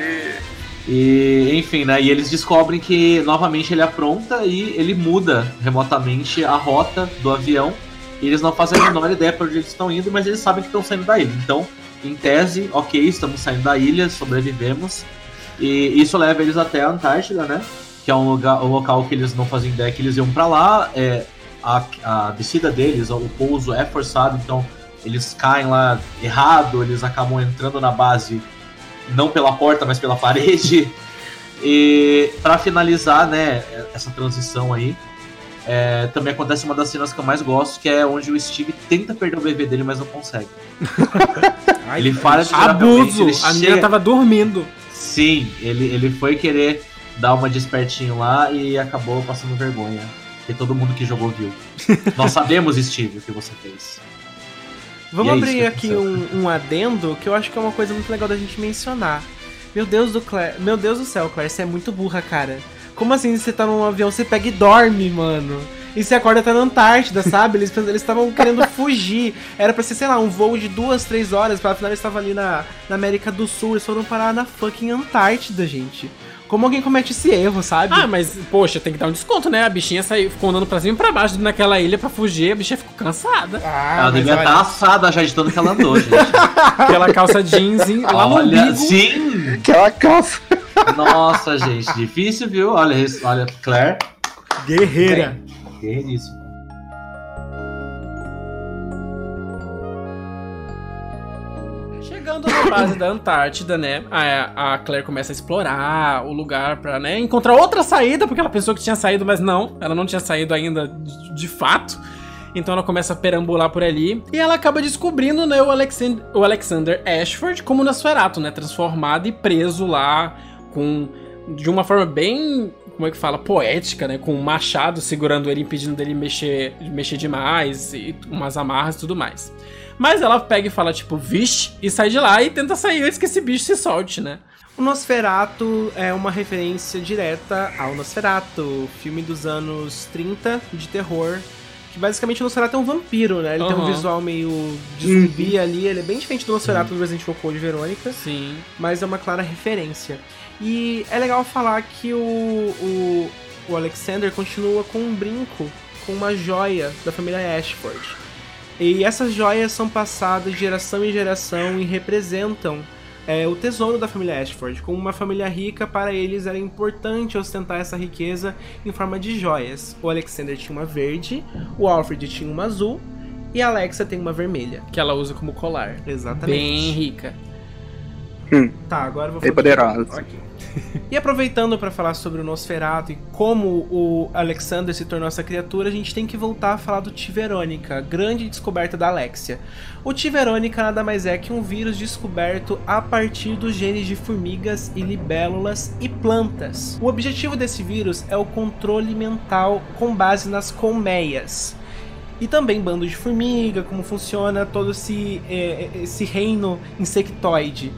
E, enfim, né, e eles descobrem que novamente ele apronta e ele muda remotamente a rota do avião. E eles não fazem a menor ideia para onde eles estão indo, mas eles sabem que estão saindo da ilha. Então, em tese, ok, estamos saindo da ilha, sobrevivemos. E isso leva eles até a Antártida, né? Que é um local que eles não fazem ideia que eles iam para lá. A descida deles, o pouso é forçado, então eles caem lá errado, eles acabam entrando na base não pela porta, mas pela parede. E para finalizar, né, essa transição aí, também acontece uma das cenas que eu mais gosto, que é onde o Steve tenta perder o bebê dele, mas não consegue. Ele falha de
abuso! A menina tava dormindo.
Sim, ele foi querer dar uma despertinho lá e acabou passando vergonha. Porque todo mundo que jogou viu. Nós sabemos, Steve, o que você fez.
Vamos abrir aqui um adendo que eu acho que é uma coisa muito legal da gente mencionar. Meu Deus do céu, Claire, você é muito burra, cara. Como assim você tá num avião, você pega e dorme, mano? E você acorda tá na Antártida, sabe? Eles estavam querendo fugir. Era pra ser, sei lá, um voo de 2, 3 horas. Pra afinal eles estavam ali na América do Sul. Eles foram parar na fucking Antártida, gente. Como alguém comete esse erro, sabe?
Ah, mas, poxa, tem que dar um desconto, né? A bichinha ficou andando pra cima e pra baixo naquela ilha pra fugir, a bichinha ficou cansada.
Ela devia estar assada já de tanto que ela andou, gente.
Aquela calça jeans lá no umbigo.
Sim!
Aquela calça.
Nossa, gente, difícil, viu? Olha, Claire.
Guerreira.
Guerreiríssimo.
Chegando na base da Antártida, né, a Claire começa a explorar o lugar pra, né, encontrar outra saída, porque ela pensou que tinha saído, mas não, ela não tinha saído ainda de fato. Então ela começa a perambular por ali e ela acaba descobrindo, né, o Alexander Ashford como Nosferatu, né, transformado e preso lá de uma forma bem, como é que fala, poética, né, com um machado segurando ele, impedindo dele mexer demais e umas amarras e tudo mais. Mas ela pega e fala, tipo, vixe, e sai de lá e tenta sair antes que esse bicho se solte, né?
O Nosferatu é uma referência direta ao Nosferatu, filme dos anos 30 de terror. Que basicamente o Nosferatu é um vampiro, né? Ele tem um visual meio de zumbi ali. Ele é bem diferente do Nosferatu do Resident Evil Code Verônica.
Sim.
Mas é uma clara referência. E é legal falar que o Alexander continua com um brinco, com uma joia da família Ashford. E essas joias são passadas de geração em geração e representam o tesouro da família Ashford. Como uma família rica, para eles era importante ostentar essa riqueza em forma de joias. O Alexander tinha uma verde, o Alfred tinha uma azul e a Alexa tem uma vermelha.
Que ela usa como colar.
Exatamente.
Bem rica.
Tá, agora eu vou
Bem poderosa.
Okay. E aproveitando para falar sobre o Nosferatu e como o Alexander se tornou essa criatura, a gente tem que voltar a falar do T. Veronica, a grande descoberta da Alexia. O T. Veronica nada mais é que um vírus descoberto a partir dos genes de formigas e libélulas e plantas. O objetivo desse vírus é o controle mental com base nas colmeias. E também bandos de formiga, como funciona todo esse reino insectoide.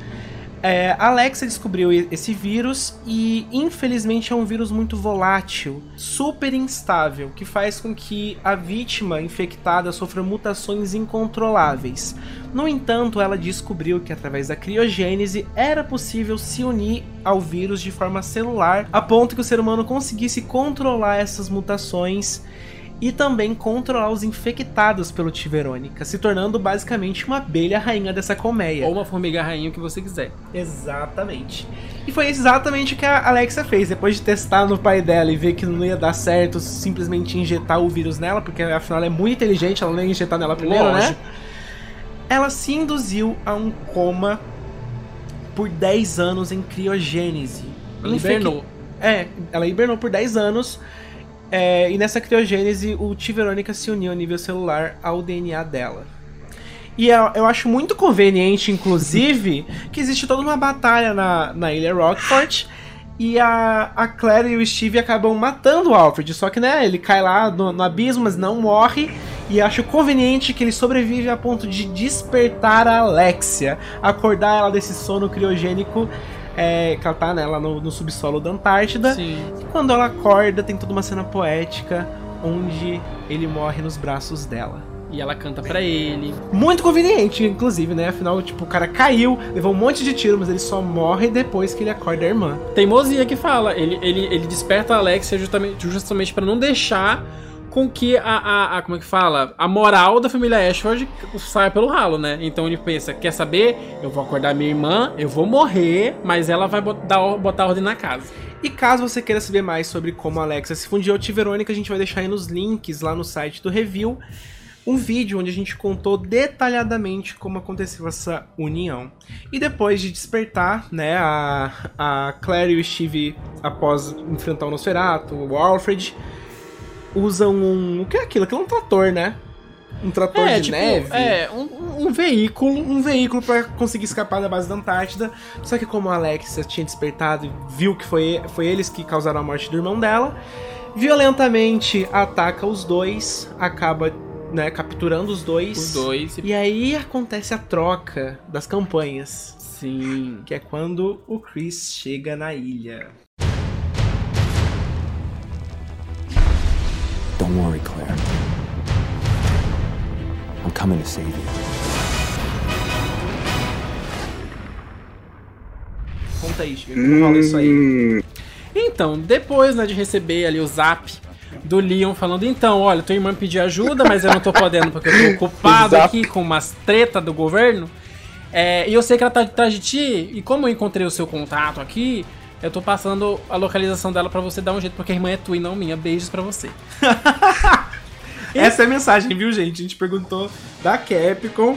A Alexa descobriu esse vírus e, infelizmente, é um vírus muito volátil, super instável, que faz com que a vítima infectada sofra mutações incontroláveis. No entanto, ela descobriu que, através da criogênese, era possível se unir ao vírus de forma celular, a ponto que o ser humano conseguisse controlar essas mutações e também controlar os infectados pelo T. Veronica, se tornando basicamente uma abelha rainha dessa colmeia.
Ou uma formiga rainha, o que você quiser.
Exatamente. E foi exatamente o que a Alexa fez. Depois de testar no pai dela e ver que não ia dar certo simplesmente injetar o vírus nela, porque afinal ela é muito inteligente, ela não ia injetar nela primeiro, né? Ela se induziu a um coma por 10 anos em criogênese.
Ela hibernou.
Ela hibernou por 10 anos. E nessa criogênese, o T. Veronica se uniu a nível celular ao DNA dela. E eu acho muito conveniente, inclusive, que existe toda uma batalha na ilha Rockport. E a Claire e o Steve acabam matando o Alfred. Só que, né, ele cai lá no abismo, mas não morre. E acho conveniente que ele sobrevive a ponto de despertar a Alexia. Acordar ela desse sono criogênico. Que ela tá, né, lá no subsolo da Antártida.
Sim.
E quando ela acorda, tem toda uma cena poética onde ele morre nos braços dela.
E ela canta pra ele.
Muito conveniente, inclusive, né? Afinal, tipo, o cara caiu, levou um monte de tiro, mas ele só morre depois que ele acorda a irmã.
Teimosia que fala. Ele desperta a Alexia justamente pra não deixar com que como é que fala? A moral da família Ashford saia pelo ralo, né? Então ele pensa, quer saber? Eu vou acordar minha irmã, eu vou morrer, mas ela vai botar ordem na casa.
E caso você queira saber mais sobre como a Alexa se fundiu ao T. Veronica, a gente vai deixar aí nos links lá no site do review um vídeo onde a gente contou detalhadamente como aconteceu essa união. E depois de despertar, né, a Claire e o Steve, após enfrentar o Nosferatu, o Alfred, usam o que é aquilo? Aquilo é um trator, né? Um trator de neve.
Um veículo.
Um veículo pra conseguir escapar da base da Antártida. Só que como a Alexia tinha despertado e viu que foi eles que causaram a morte do irmão dela, violentamente ataca os dois, acaba, né, capturando os dois. E aí acontece a troca das campanhas.
Sim.
Que é quando o Chris chega na ilha.
The Don't worry, Claire. I'm coming to save you.
Conta aí, Chico, como rola isso aí?
Então, depois, né, de receber ali o zap do Leon falando, então, olha, tua irmã pediu ajuda, mas eu não tô podendo porque eu tô ocupado aqui com umas tretas do governo. E eu sei que ela tá atrás de ti, e como eu encontrei o seu contato aqui, eu tô passando a localização dela pra você dar um jeito, porque a irmã é tua e não minha. Beijos pra você.
Essa é a mensagem, viu, gente? A gente perguntou da Capcom.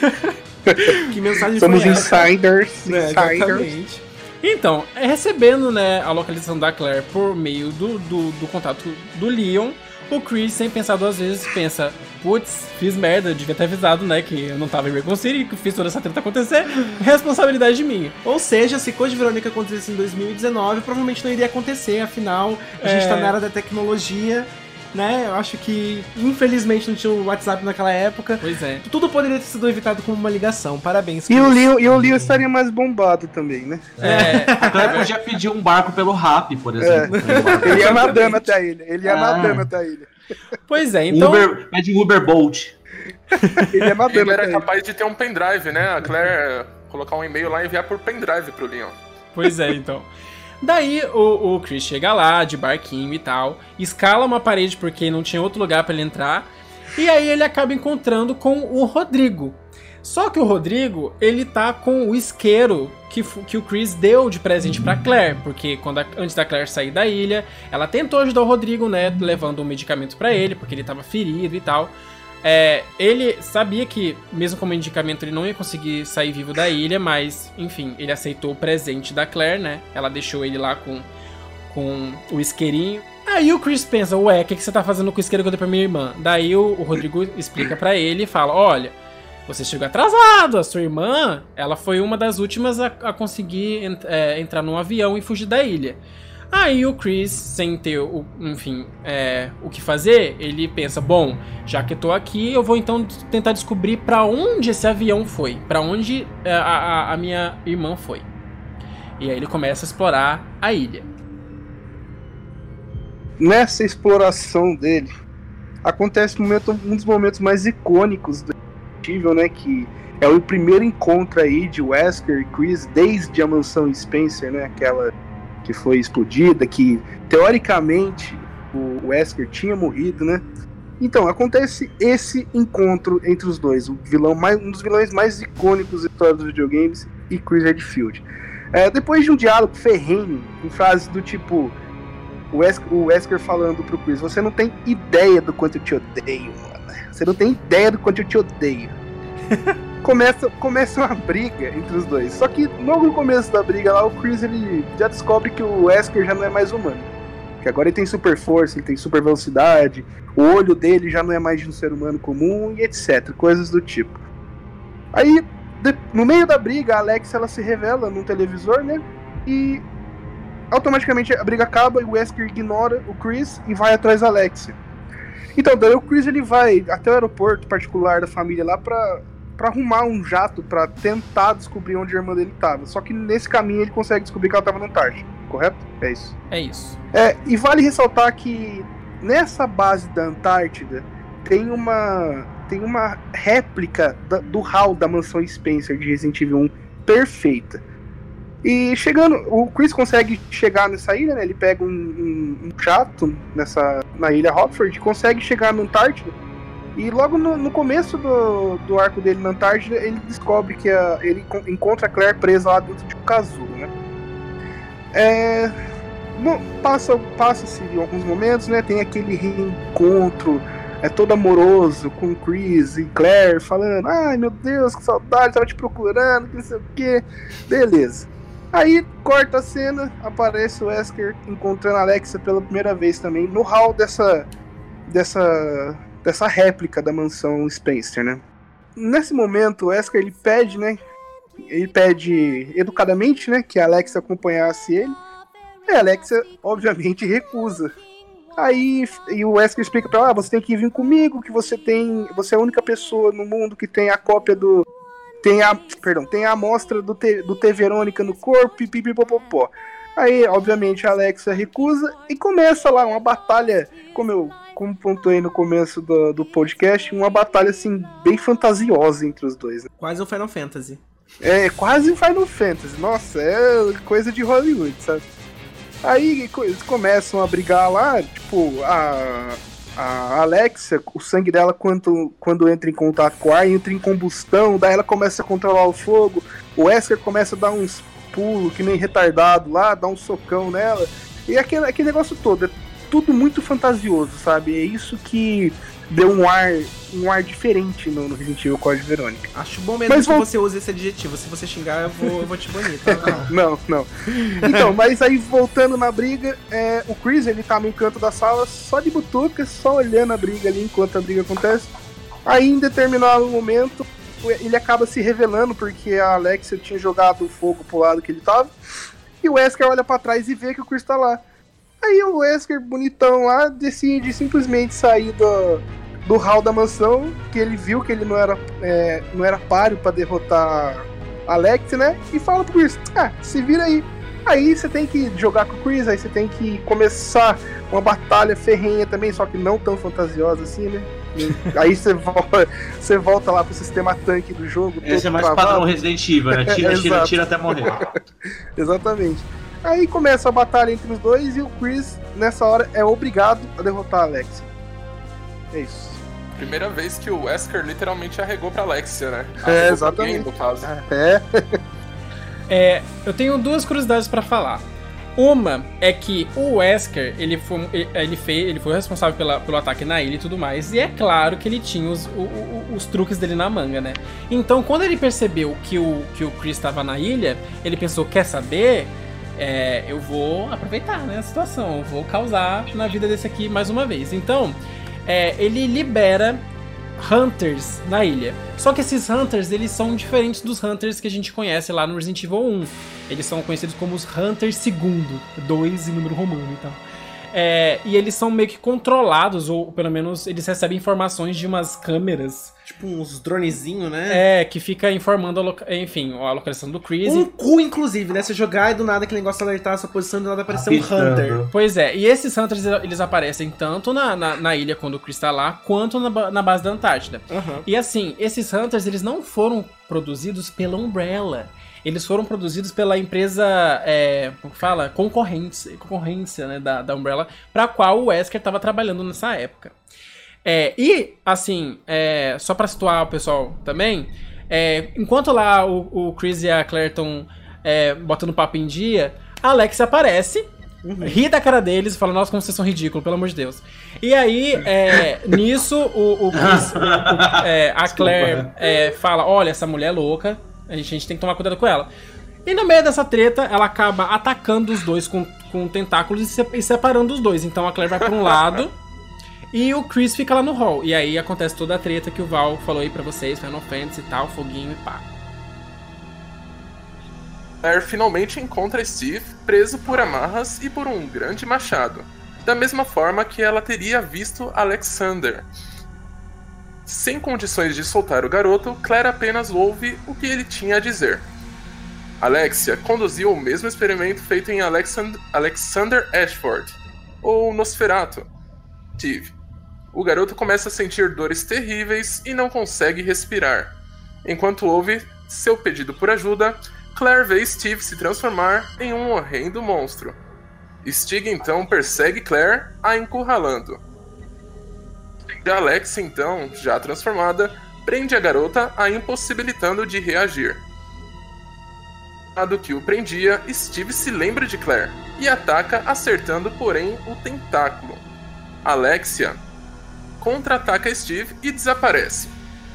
Que mensagem
Somos
foi essa?
insiders.
Né, exatamente.
Então, recebendo, né, a localização da Claire por meio do contato do Leon, o Chris, sem pensar duas vezes, pensa, putz, fiz merda, eu devia ter avisado, né, que eu não tava em Raccoon City, que fiz toda essa treta acontecer, responsabilidade minha.
Ou seja, se Code Verônica acontecesse em 2019, provavelmente não iria acontecer, afinal, a gente tá na era da tecnologia, né, eu acho que, infelizmente, não tinha o WhatsApp naquela época.
Pois é.
Tudo poderia ter sido evitado com uma ligação, parabéns.
E o Leon estaria mais bombado também, né?
A Claire podia pedir um barco pelo Rap, por exemplo.
Ele ia nadando até ele.
Pois é, então...
Pede um Uber Bolt.
Ele ia nadando
Ele
até
era
ele.
capaz de ter um pendrive, né? A Claire colocar um e-mail lá e enviar por pendrive pro Leon.
Pois é, então. Daí o Chris chega lá, de barquinho e tal, escala uma parede porque não tinha outro lugar pra ele entrar, e aí ele acaba encontrando com o Rodrigo. Só que o Rodrigo, ele tá com o isqueiro que o Chris deu de presente pra Claire, porque antes da Claire sair da ilha, ela tentou ajudar o Rodrigo, né, levando um medicamento pra ele, porque ele tava ferido e tal. Ele sabia que, mesmo com o medicamento, ele não ia conseguir sair vivo da ilha, mas, enfim, ele aceitou o presente da Claire, né? Ela deixou ele lá com o isqueirinho. Aí o Chris pensa, ué, o que você tá fazendo com o isqueiro que eu dei pra minha irmã? Daí o Rodrigo explica pra ele e fala, olha, você chegou atrasado, a sua irmã, ela foi uma das últimas a conseguir entrar num avião e fugir da ilha. Aí o Chris, sem ter, o que fazer, ele pensa, bom, já que eu tô aqui, eu vou então tentar descobrir pra onde esse avião foi, pra onde a minha irmã foi. E aí ele começa a explorar a ilha.
Nessa exploração dele, acontece um dos momentos mais icônicos do Resident Evil, né, que é o primeiro encontro aí de Wesker e Chris desde a mansão Spencer, né, aquela que foi explodida, que teoricamente o Wesker tinha morrido, né? Então, acontece esse encontro entre os dois, um dos vilões mais icônicos da história dos videogames e Chris Redfield. Depois de um diálogo ferrenho, com frases do tipo, o Wesker falando pro Chris, você não tem ideia do quanto eu te odeio, mano. Você não tem ideia do quanto eu te odeio. Começa uma briga entre os dois. Só que logo no começo da briga lá, o Chris ele já descobre que o Wesker já não é mais humano. Que agora ele tem super força, ele tem super velocidade, o olho dele já não é mais de um ser humano comum e etc. Coisas do tipo. Aí, no meio da briga, a Alex ela se revela num televisor, né? E automaticamente a briga acaba e o Wesker ignora o Chris e vai atrás da Alexia. Então, daí o Chris ele vai até o aeroporto particular da família lá pra arrumar um jato pra tentar descobrir onde a irmã dele tava. Só que nesse caminho ele consegue descobrir que ela tava na Antártida, correto? É isso.
É isso.
E vale ressaltar que nessa base da Antártida tem uma réplica do hall da mansão Spencer de Resident Evil 1 perfeita. E o Chris consegue chegar nessa ilha, né? Ele pega um jato na ilha Hotford e consegue chegar na Antártida. E logo no começo do arco dele na Antártida, ele descobre que ele encontra a Claire presa lá dentro de um casulo, né? Passa-se alguns momentos, né? Tem aquele reencontro todo amoroso com o Chris e Claire, falando, ai meu Deus, que saudade, tava te procurando, que não sei o que. Beleza. Aí corta a cena, aparece o Wesker encontrando a Alexia pela primeira vez também, no hall dessa réplica da mansão Spencer, né? Nesse momento, o Wesker ele pede educadamente, né, que a Alexia acompanhasse ele, e a Alexia obviamente recusa. Aí o Wesker explica pra ela, você tem que vir comigo, que você é a única pessoa no mundo que tem a cópia tem a amostra do T Verônica no corpo, e pipipopopó. Aí, obviamente, a Alexia recusa e começa lá uma batalha, como eu como pontuei no começo do podcast, uma batalha assim bem fantasiosa entre os dois. Né?
Quase um Final Fantasy.
É quase Final Fantasy. Nossa, é coisa de Hollywood, sabe? Aí eles começam a brigar lá, tipo, a Alexia, o sangue dela quando entra em contato com o ar, entra em combustão, daí ela começa a controlar o fogo, o Wesker começa a dar uns pulos que nem retardado lá, dá um socão nela, e aquele negócio todo, é tudo muito fantasioso, sabe? É isso que deu um ar diferente no Resident Evil Code Verônica.
Acho bom mesmo que você use esse adjetivo. Se você xingar, eu vou te banir, tá?
Não. Então, mas aí voltando na briga, o Chris, ele tá no canto da sala só de butuca, só olhando a briga ali enquanto a briga acontece. Aí em determinado momento, ele acaba se revelando porque a Alexia tinha jogado o fogo pro lado que ele tava. E o Wesker olha pra trás e vê que o Chris tá lá. Aí o Wesker, bonitão lá, decide simplesmente sair do hall da mansão, que ele viu que ele não era páreo pra derrotar Alex, né? E fala pro Chris, se vira aí. Aí você tem que jogar com o Chris, aí você tem que começar uma batalha ferrenha também, só que não tão fantasiosa assim, né? Aí você volta lá pro sistema tanque do jogo.
Esse é mais padrão Resident Evil, né? Tira até morrer.
Exatamente. Aí começa a batalha entre os dois e o Chris, nessa hora, é obrigado a derrotar a Alexia. É isso.
Primeira vez que o Wesker literalmente arregou pra Alexia, né?
Exatamente.
No caso.
Eu tenho duas curiosidades pra falar. Uma é que o Wesker, ele foi responsável pelo ataque na ilha e tudo mais, e é claro que ele tinha os truques dele na manga, né? Então, quando ele percebeu que o Chris estava na ilha, ele pensou, quer saber? Eu vou aproveitar, né, a situação, eu vou causar na vida desse aqui mais uma vez. Então, ele libera Hunters na ilha. Só que esses Hunters, eles são diferentes dos Hunters que a gente conhece lá no Resident Evil 1. Eles são conhecidos como os Hunters segundo, 2 em número romano e tal. E eles são meio que controlados, ou pelo menos eles recebem informações de umas câmeras.
Tipo uns dronezinhos, né?
Que fica informando a localização do Chris.
Um cu, inclusive, né? Você jogar e do nada aquele negócio alertar a sua posição, do nada aparecer um Hunter.
Pois é, e esses Hunters, eles aparecem tanto na ilha quando o Chris tá lá, quanto na base da Antártida.
Uhum.
E assim, esses Hunters, eles não foram produzidos pela Umbrella. Eles foram produzidos pela empresa, como que fala? Concorrência, né, da Umbrella, pra qual o Wesker estava trabalhando nessa época. E, assim, só pra situar o pessoal também, enquanto lá o Chris e a Claire estão botando papo em dia, a Alex aparece, ri da cara deles e fala, nossa, como vocês são ridículos, pelo amor de Deus. E aí, nisso, o Chris, a Claire fala, olha, essa mulher é louca, a gente tem que tomar cuidado com ela. E no meio dessa treta, ela acaba atacando os dois com tentáculos e separando os dois. Então a Claire vai pra um lado e o Chris fica lá no hall. E aí acontece toda a treta que o Val falou aí pra vocês, Final Fantasy e tal, foguinho e pá.
Claire finalmente encontra Steve preso por amarras e por um grande machado. Da mesma forma que ela teria visto Alexander. Sem condições de soltar o garoto, Claire apenas ouve o que ele tinha a dizer. Alexia conduziu o mesmo experimento feito em Alexander Ashford, ou Nosferatu. Steve. O garoto começa a sentir dores terríveis e não consegue respirar. Enquanto ouve seu pedido por ajuda, Claire vê Steve se transformar em um horrendo monstro. Stig então persegue Claire, a encurralando. E Alexia, então, já transformada, prende a garota, a impossibilitando de reagir. Do que o prendia, Steve se lembra de Claire e ataca, acertando, porém, o tentáculo. Alexia contra-ataca Steve e desaparece.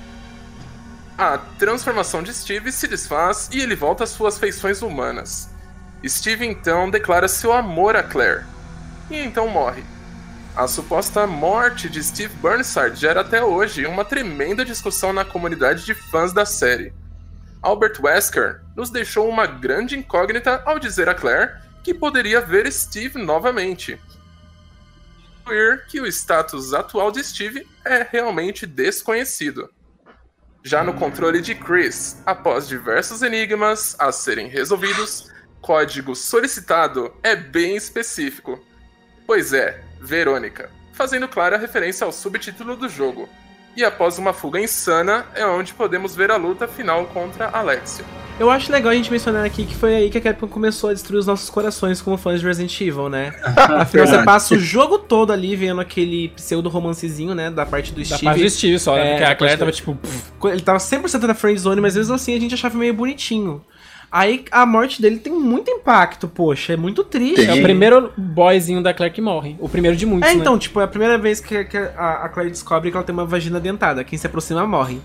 A transformação de Steve se desfaz e ele volta às suas feições humanas. Steve, então, declara seu amor a Claire. E então morre. A suposta morte de Steve Burnside gera até hoje uma tremenda discussão na comunidade de fãs da série. Albert Wesker nos deixou uma grande incógnita ao dizer a Claire que poderia ver Steve novamente. Que o status atual de Steve é realmente desconhecido. Já no controle de Chris, após diversos enigmas a serem resolvidos, código solicitado é bem específico. Pois Verônica, fazendo clara referência ao subtítulo do jogo. E após uma fuga insana, é onde podemos ver a luta final contra Alexia.
Eu acho legal a gente mencionar aqui que foi aí que a Capcom começou a destruir os nossos corações como fãs de Resident Evil, né? Afinal, você passa o jogo todo ali vendo aquele pseudo-romancezinho, né? Da parte do Steve.
Da parte do Steve só, né? Porque a Claire tava tipo...
Ele tava 100% na friendzone, mas mesmo assim a gente achava meio bonitinho. Aí a morte dele tem muito impacto, poxa, é muito triste.
É o primeiro boyzinho da Claire que morre. O primeiro de muitos,
então,
né?
tipo, é a primeira vez que a Claire descobre que ela tem uma vagina dentada. Quem se aproxima morre.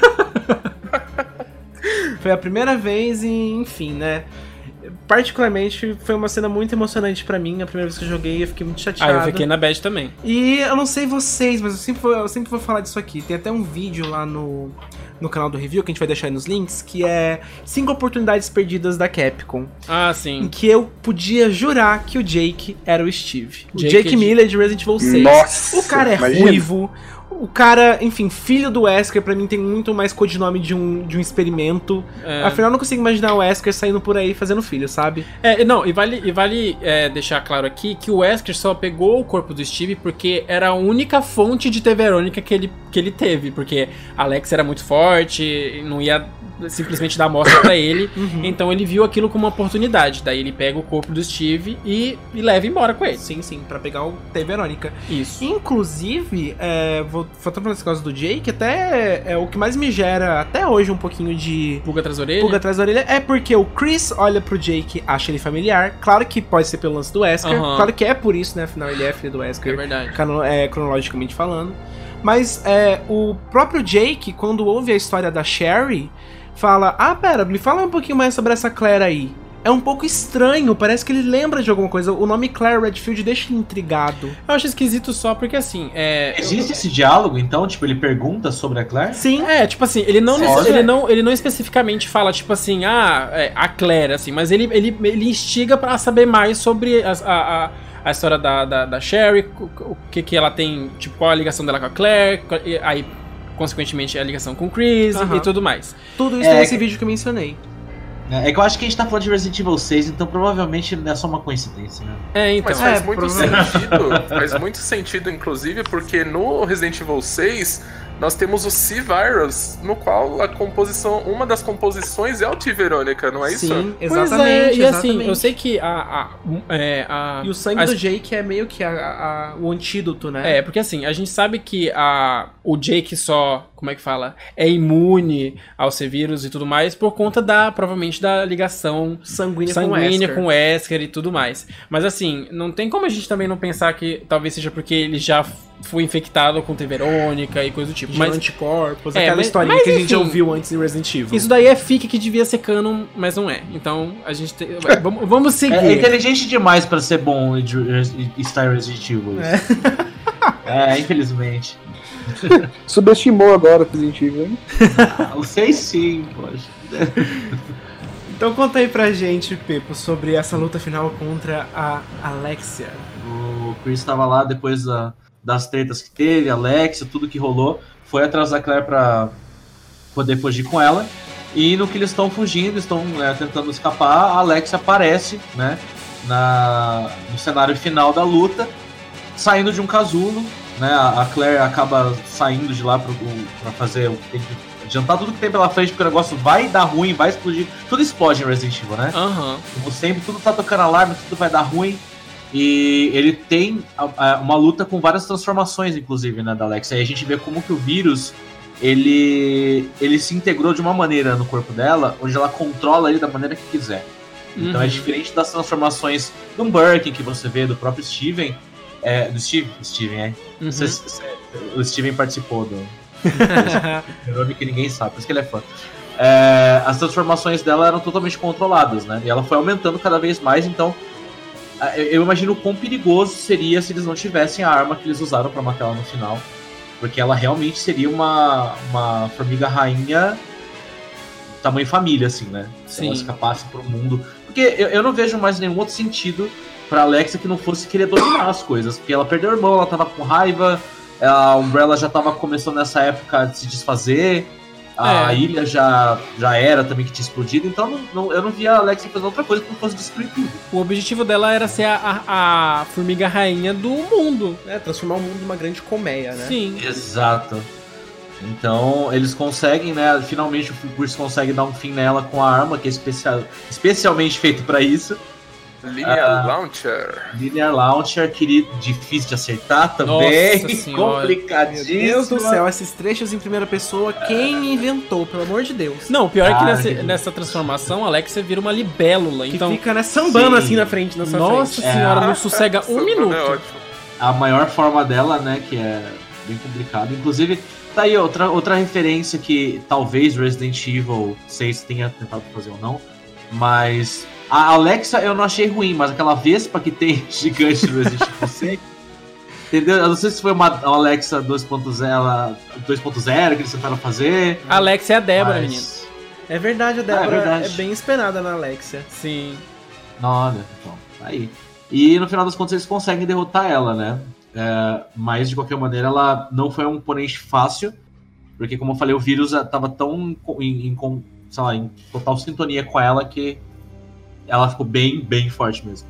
Foi a primeira vez e, enfim, né? Particularmente, foi uma cena muito emocionante pra mim. A primeira vez que eu joguei, eu fiquei muito chateado.
Eu fiquei na bad também.
E eu não sei vocês, mas eu sempre vou falar disso aqui. Tem até um vídeo lá no canal do review, que a gente vai deixar aí nos links, que é 5 oportunidades perdidas da Capcom.
Ah, sim.
Em que eu podia jurar que o Jake era o Steve. O
Jake
Jake Miller de Resident Evil 6.
Nossa,
O cara é
imagina.
ruivo. O cara, enfim, filho do Wesker, pra mim tem muito mais codinome de um experimento.
É.
Afinal, eu não consigo imaginar o Wesker saindo por aí fazendo filho, sabe?
Não, e vale deixar claro aqui que o Wesker só pegou o corpo do Steve porque era a única fonte de T. Verônica que ele teve, porque Alex era muito forte, não ia simplesmente dar amostra pra ele, então ele viu aquilo como uma oportunidade, daí ele pega o corpo do Steve e leva embora com ele.
Sim, pra pegar o T. Verônica.
Isso.
Inclusive, voltando pra esse caso do Jake, até o que mais me gera até hoje um pouquinho de
Pulga atrás da orelha.
pulga atrás da orelha é porque o Chris olha pro Jake, acha ele familiar. Claro que pode ser pelo lance do Wesker, claro que é por isso, né? Afinal, ele é filho do Wesker.
É verdade.
Cronologicamente falando. Mas o próprio Jake, quando ouve a história da Sherry, fala: pera, me fala um pouquinho mais sobre essa Claire aí. É um pouco estranho, parece que ele lembra de alguma coisa. O nome Claire Redfield deixa ele intrigado.
Eu acho esquisito só porque, assim,
Existe esse diálogo, então? Tipo, ele pergunta sobre a Claire?
Sim.
tipo assim, ele não especificamente fala, tipo assim, a Claire, assim, mas ele instiga pra saber mais sobre a história da Sherry, o que ela tem, tipo, qual a ligação dela com a Claire, aí, consequentemente, a ligação com o Chris e tudo mais.
Tudo isso nesse vídeo que eu mencionei.
É que eu acho que a gente tá falando de Resident Evil 6, então provavelmente não é só uma coincidência, né?
Então.
Mas faz muito sentido, faz muito sentido, inclusive, porque no Resident Evil 6 nós temos o C-Virus, no qual uma das composições é o T. Verônica, não é isso?
Sim,
Pois
exatamente.
e assim,
exatamente.
eu sei que
E o sangue do Jake é meio que o antídoto, né?
porque assim, a gente sabe que o Jake só, como é que fala? É imune ao C-Vírus e tudo mais por conta provavelmente da ligação
Sanguínea
com o Wesker e tudo mais. Mas assim, não tem como a gente também não pensar que talvez seja porque ele já foi infectado com T. Verônica e coisa do tipo.
Mas anticorpos, aquela historinha
mas
que a gente já
enfim,
ouviu antes em Resident Evil.
Isso daí é fic que devia ser canon, mas não é. Então, a gente vamos seguir.
É inteligente demais pra ser bom e estar em Resident Evil. Infelizmente.
Subestimou agora o Resident Evil, hein?
O 6 sim, poxa.
Então conta aí pra gente, Pepo, sobre essa luta final contra a Alexia.
O Chris tava lá depois das tretas que teve, Alexia, tudo que rolou, foi atrás da Claire pra poder fugir com ela. E no que eles estão fugindo, estão tentando escapar, a Alexia aparece, né, no cenário final da luta, saindo de um casulo, né, a Claire acaba saindo de lá pra fazer o que tem que adiantar tudo que tem pela frente, porque o negócio vai dar ruim, vai explodir. Tudo explode em Resident Evil, né? Como sempre, tudo tá tocando alarme, tudo vai dar ruim. E ele tem uma luta com várias transformações, inclusive, né, da Alexia. E a gente vê como que o vírus, ele se integrou de uma maneira no corpo dela, onde ela controla ele da maneira que quiser. Então é diferente das transformações do Birkin que você vê, do próprio Steven. Do Steven, o Steven participou do que ninguém sabe, por isso que ele é fã. As transformações dela eram totalmente controladas, né? E ela foi aumentando cada vez mais, então eu imagino o quão perigoso seria se eles não tivessem a arma que eles usaram pra matar ela no final. Porque ela realmente seria uma formiga rainha tamanho família, assim, né? Se ela escapasse pro mundo. Porque eu não vejo mais nenhum outro sentido pra Alexia que não fosse querer dominar as coisas. Porque ela perdeu o irmão, ela tava com raiva, a Umbrella já tava começando nessa época a se desfazer, A ilha já era também que tinha explodido, então eu não via a Alexia fazendo outra coisa que não fosse destruir tudo.
O objetivo dela era ser a formiga rainha do mundo.
Transformar o mundo numa grande colmeia, né?
Sim.
Exato. Então eles conseguem, né? Finalmente o Chris consegue dar um fim nela com a arma, que é especialmente feito pra isso.
Linear Launcher.
Linear Launcher, querido, difícil de acertar também.
Nossa senhora.
Complicadíssimo.
Meu Deus do céu, esses trechos em primeira pessoa, quem inventou, pelo amor de Deus?
Não, o pior é que nessa transformação, a Alexia vira uma libélula.
Que
então
fica, né, sambando
Sim.
assim na frente, na sua
Nossa
frente.
senhora, não sossega um minuto.
É ótimo.
A maior forma dela, né, que é bem complicado. Inclusive, tá aí outra referência que talvez Resident Evil 6 tenha tentado fazer ou não, mas a Alexa eu não achei ruim, mas aquela Vespa que tem gigante no Resident Evil 6, entendeu? Eu não sei se foi uma Alexa 2.0 que eles tentaram fazer.
A Alexia é a Débora,
mas...
menino.
É verdade, a Débora
verdade.
é bem esperada na Alexia.
Sim.
Olha, então, tá aí. E no final das contas eles conseguem derrotar ela, né? Mas de qualquer maneira ela não foi um oponente fácil, porque como eu falei, o vírus tava tão em total sintonia com ela que ela ficou bem, bem forte mesmo.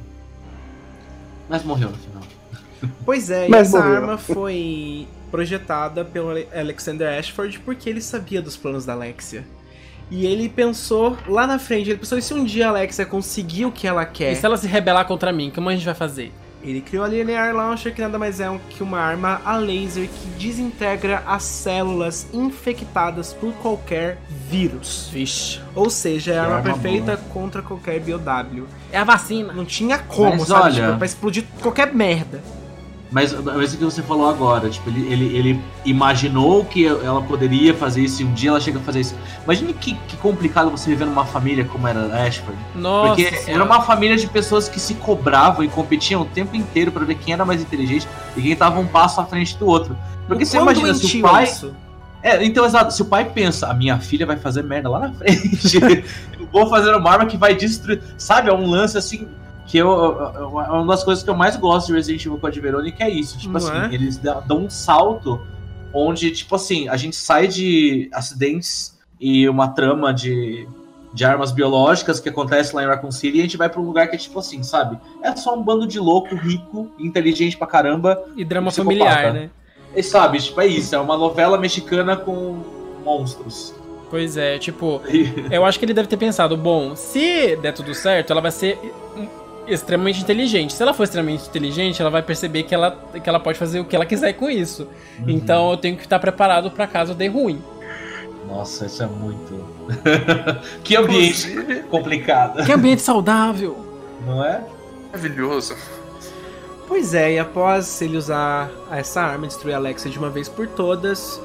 Mas morreu no final.
Pois é, e
Mas
essa
morreu.
arma foi projetada pelo Alexander Ashford porque ele sabia dos planos da Alexia. E ele pensou lá na frente, ele pensou, e se um dia a Alexia conseguir o que ela quer?
E se ela se rebelar contra mim, como a gente vai fazer?
Ele criou a Linear Launcher, que nada mais é que uma arma a laser que desintegra as células infectadas por qualquer vírus.
Vixe.
Ou seja, é a arma
arma
perfeita contra qualquer BOW.
É a vacina.
Não tinha como,
Mas
sabe?
olha-
Tipo, pra explodir qualquer merda.
Mas o que você falou agora, tipo, ele imaginou que ela poderia fazer isso e um dia ela chega a fazer isso. Imagine que complicado você viver numa família como era a Ashford.
Nossa
Porque
senhora.
era uma família de pessoas que se cobravam e competiam o tempo inteiro pra ver quem era mais inteligente e quem tava um passo à frente do outro. Porque você
Quão
imagina, se o
doentio
pai...
isso?
Então, exato, se o pai pensa, a minha filha vai fazer merda lá na frente, eu vou fazer uma arma que vai destruir... Sabe, é um lance assim... Que é uma das coisas que eu mais gosto de Resident Evil Code Verônica é isso. Tipo
Não
assim,
é?
eles dão um salto onde, tipo assim, a gente sai de acidentes e uma trama de armas biológicas que acontece lá em Raccoon City e a gente vai pra um lugar que é tipo assim, sabe? É só um bando de louco, rico, inteligente pra caramba.
E drama
psicopata.
familiar, né?
E sabe, tipo, é isso. É uma novela mexicana com monstros.
Pois é, tipo, eu acho que ele deve ter pensado, bom, se der tudo certo, ela vai ser extremamente inteligente. Se ela for extremamente inteligente, ela vai perceber que ela pode fazer o que ela quiser com isso. Então eu tenho que estar preparado pra caso dê ruim.
Nossa, isso é muito... Que ambiente complicado,
Que ambiente saudável!
não é?
Maravilhoso.
Pois é, e após ele usar essa arma e destruir a Alexia de uma vez por todas,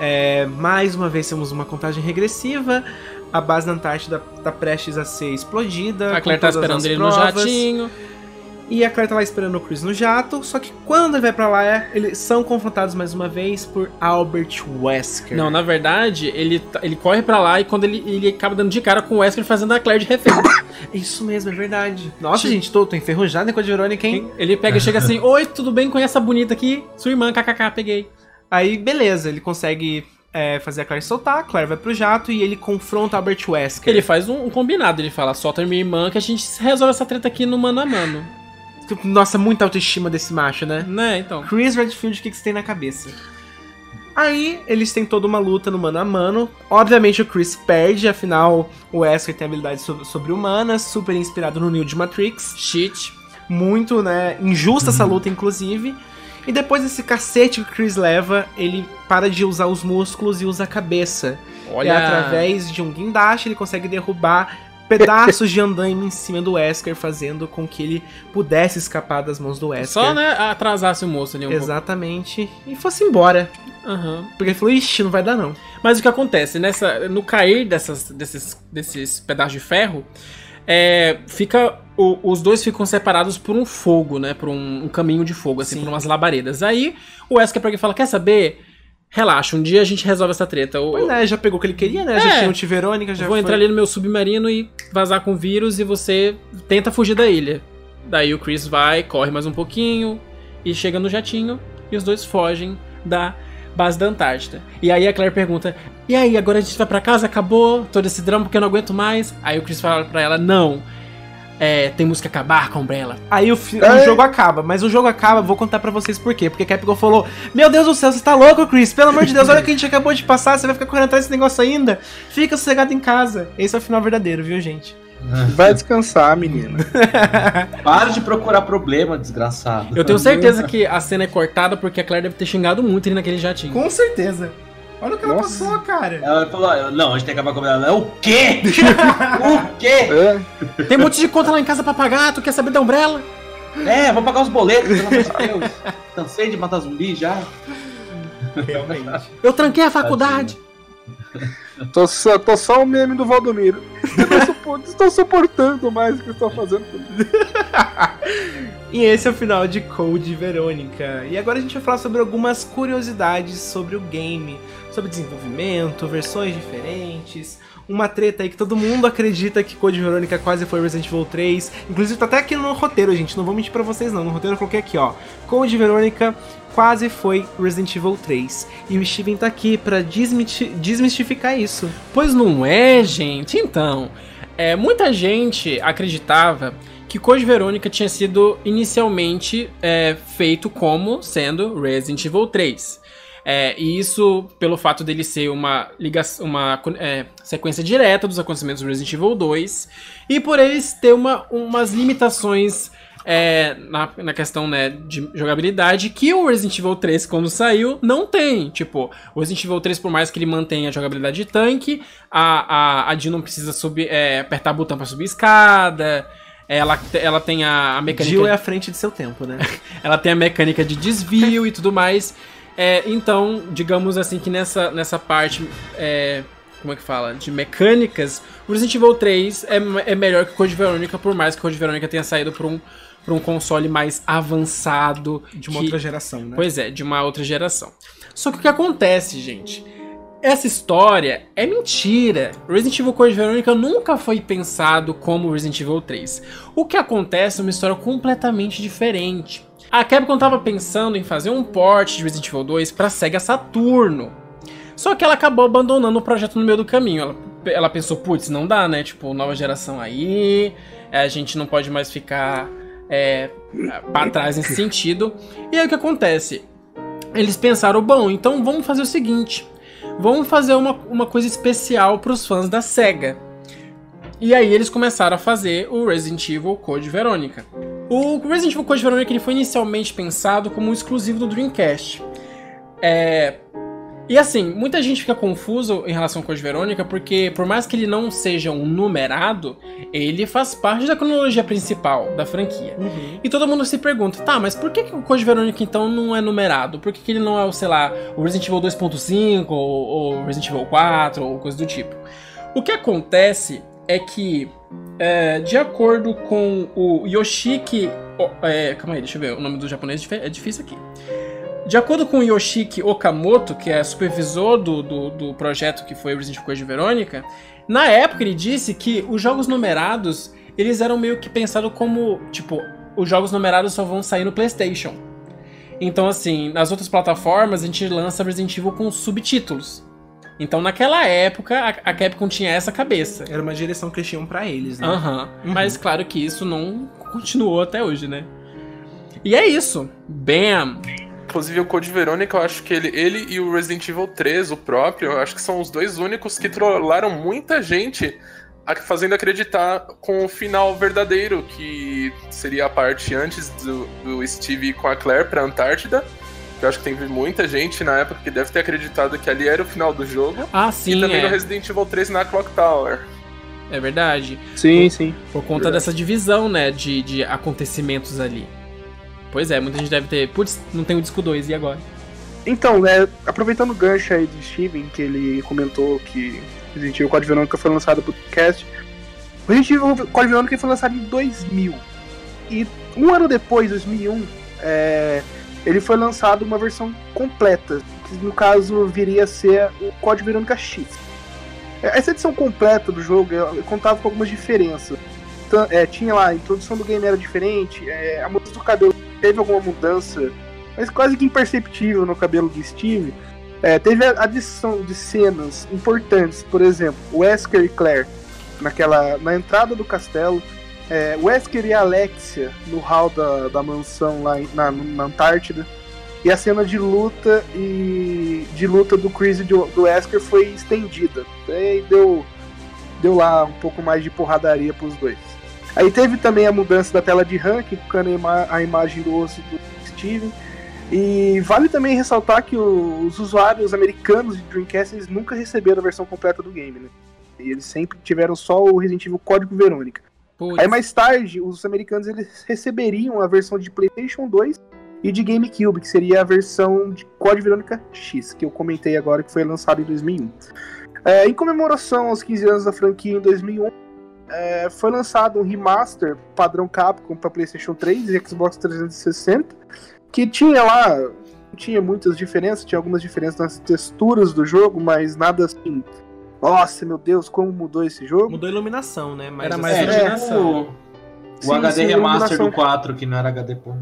mais uma vez temos uma contagem regressiva. A base na Antártida tá prestes a ser explodida.
A Claire tá esperando ele no jatinho.
E a Claire tá lá esperando o Chris no jato. Só que quando ele vai pra lá, eles são confrontados mais uma vez por Albert Wesker.
Não, na verdade, ele corre pra lá e quando ele acaba dando de cara com o Wesker fazendo a Claire de refém.
Isso mesmo, é verdade. Nossa, gente, tô enferrujado com a Verônica, hein?
Ele pega e chega assim, oi, tudo bem com essa bonita aqui? Sua irmã, kkk, peguei.
Aí, beleza, ele consegue fazer a Claire soltar, a Claire vai pro jato e ele confronta Albert Wesker.
Ele faz um combinado, ele fala, solta minha irmã que a gente resolve essa treta aqui no mano a mano.
Nossa, muita autoestima desse macho, né?
Né, então.
Chris Redfield, o que você tem na cabeça? Aí, eles têm toda uma luta no mano a mano. Obviamente, o Chris perde, afinal, o Wesker tem habilidades sobre-humanas, super inspirado no Neo de Matrix.
Shit.
Muito, né, injusta essa luta, inclusive. E depois desse cacete que o Chris leva, ele para de usar os músculos e usa a cabeça.
Olha.
E através de um guindaste, ele consegue derrubar pedaços de andaime em cima do Wesker, fazendo com que ele pudesse escapar das mãos do Wesker.
Só, né, atrasasse o moço ali um
Exatamente. E fosse embora.
pouco. Uhum.
Porque ele falou, ixi, não vai dar não.
Mas o que acontece? No cair desses pedaços de ferro, os dois ficam separados por um fogo, né? Por um caminho de fogo, assim,
Sim.
por umas labaredas. Aí o Wesker pega e fala, quer saber? Relaxa, um dia a gente resolve essa treta.
Pois é, já pegou o que ele queria, né? Já tinha o T-Verônica, já
Vou entrar ali no meu submarino e vazar com o vírus e você tenta fugir da ilha. Daí o Chris vai, corre mais um pouquinho e chega no jatinho e os dois fogem da base da Antártida. E aí a Claire pergunta, e aí, agora a gente vai pra casa? Acabou todo esse drama porque eu não aguento mais? Aí o Chris fala pra ela, não, temos que acabar com Umbrella.
Aí o jogo acaba, mas o jogo acaba, vou contar pra vocês por quê. Porque a Capcom falou, meu Deus do céu, você tá louco, Chris? Pelo amor de Deus, olha o que a gente acabou de passar, você vai ficar correndo atrás desse negócio ainda? Fica sossegado em casa. Esse é o final verdadeiro, viu, gente?
Vai descansar, menina.
Para de procurar problema, desgraçado.
Eu tenho certeza que a cena é cortada porque a Claire deve ter xingado muito ele naquele jatinho.
Com certeza. Olha o que ela passou, cara.
Ela falou, não, a gente tem que acabar com ela. O quê? O quê?
Tem um monte de conta lá em casa pra pagar, tu quer saber da Umbrella?
Vou pagar os boletos, pelo amor de Deus. Cansei de matar zumbi já.
Realmente.
Eu tranquei a faculdade.
Tô só o meme do Valdomiro. Estou suportando mais o que estou fazendo comigo.
E esse é o final de Code Verônica. E agora a gente vai falar sobre algumas curiosidades sobre o game, sobre desenvolvimento, versões diferentes, uma treta aí que todo mundo acredita que Code Verônica quase foi Resident Evil 3. Inclusive tá até aqui no roteiro, gente, não vou mentir pra vocês não. No roteiro eu coloquei aqui, ó, Code Verônica quase foi Resident Evil 3. E o Steven tá aqui pra desmistificar isso.
Pois não é, gente? Então, muita gente acreditava que Code Verônica tinha sido inicialmente feito como sendo Resident Evil 3. E isso pelo fato dele ser uma sequência direta dos acontecimentos do Resident Evil 2 e por eles ter umas limitações na questão, né, de jogabilidade que o Resident Evil 3, quando saiu, não tem. Tipo, o Resident Evil 3, por mais que ele mantenha a jogabilidade de tanque, a Jill não precisa apertar botão pra subir escada. Ela tem a mecânica...
Jill é à frente de seu tempo, né?
Ela tem a mecânica de desvio e tudo mais. Então, digamos assim que nessa parte, como é que fala? De mecânicas, o Resident Evil 3 é melhor que o Code Verônica, por mais que o Code Verônica tenha saído por um console mais avançado.
De uma outra geração, né?
Pois é, de uma outra geração. Só que o que acontece, gente... Essa história é mentira. Resident Evil Code Verônica nunca foi pensado como Resident Evil 3. O que acontece é uma história completamente diferente. A Capcom estava pensando em fazer um port de Resident Evil 2 para Sega Saturno. Só que ela acabou abandonando o projeto no meio do caminho. Ela pensou, putz, não dá, né? Tipo, nova geração aí, a gente não pode mais ficar para trás nesse sentido. E aí o que acontece? Eles pensaram, bom, então vamos fazer o seguinte... Vamos fazer uma coisa especial para os fãs da SEGA. E aí eles começaram a fazer o Resident Evil Code Verônica. O Resident Evil Code Verônica ele foi inicialmente pensado como um exclusivo do Dreamcast. E assim, muita gente fica confuso em relação ao Code Verônica, porque por mais que ele não seja um numerado, ele faz parte da cronologia principal da franquia. Uhum. E todo mundo se pergunta, tá, mas por que o Code Verônica então não é numerado? Por que ele não é, sei lá, o Resident Evil 2.5 ou Resident Evil 4 ou coisa do tipo? O que acontece é que, de acordo com o Yoshiki... calma aí, deixa eu ver, o nome do japonês é difícil aqui. De acordo com o Yoshiki Okamoto, que é supervisor do projeto que foi o Resident Evil Code Verônica, na época ele disse que os jogos numerados, eles eram meio que pensados como, tipo, os jogos numerados só vão sair no PlayStation. Então, assim, nas outras plataformas a gente lança Resident Evil com subtítulos. Então, naquela época, a Capcom tinha essa cabeça.
Era uma direção que eles tinham pra eles, né?
Uhum. Mas claro que isso não continuou até hoje, né? E é isso. Bam!
Inclusive o Code Verônica, eu acho que ele e o Resident Evil 3, o próprio, eu acho que são os dois únicos que trollaram muita gente fazendo acreditar com o final verdadeiro, que seria a parte antes do Steve com a Claire pra Antártida. Eu acho que teve muita gente na época que deve ter acreditado que ali era o final do jogo.
Ah, sim,
e também no Resident Evil 3 na Clock Tower.
É verdade.
Sim, sim.
Por conta dessa divisão, né, de acontecimentos ali. Pois é, muita gente deve ter... Putz, não tem o disco 2, e agora?
Então, aproveitando o gancho aí do Steven, que ele comentou que Resident Evil Code Verônica foi lançado pro podcast, o Resident Evil Code Verônica foi lançado em 2000. E um ano depois, 2001, ele foi lançado uma versão completa, que no caso viria a ser o Code Verônica X. Essa edição completa do jogo contava com algumas diferenças. Tinha lá, a introdução do game era diferente, a mudança do cabelo teve alguma mudança, mas quase que imperceptível no cabelo do Steve. Teve a adição de cenas importantes, por exemplo, Wesker e Claire na entrada do castelo, Wesker e Alexia no hall da mansão lá na Antártida, e a cena de luta do Chris e do Wesker foi estendida. Aí deu lá um pouco mais de porradaria pros dois. Aí teve também a mudança da tela de ranking, colocando a imagem do osso do Steven. E vale também ressaltar que os usuários americanos de Dreamcast eles nunca receberam a versão completa do game, né? E eles sempre tiveram só o Resident Evil Código Verônica.
Putz.
Aí mais tarde, os americanos eles receberiam a versão de PlayStation 2 e de GameCube, que seria a versão de Código Verônica X, que eu comentei agora, que foi lançado em 2001. Em comemoração aos 15 anos da franquia em 2001, foi lançado um remaster padrão Capcom para PlayStation 3 e Xbox 360, que tinha lá, não tinha muitas diferenças, tinha algumas diferenças nas texturas do jogo, mas nada assim, nossa, meu Deus, como mudou esse jogo.
Mudou a iluminação, né? Mas
Era mais
assim,
iluminação.
O HD Remaster
iluminação
do 4, que não era HD porra.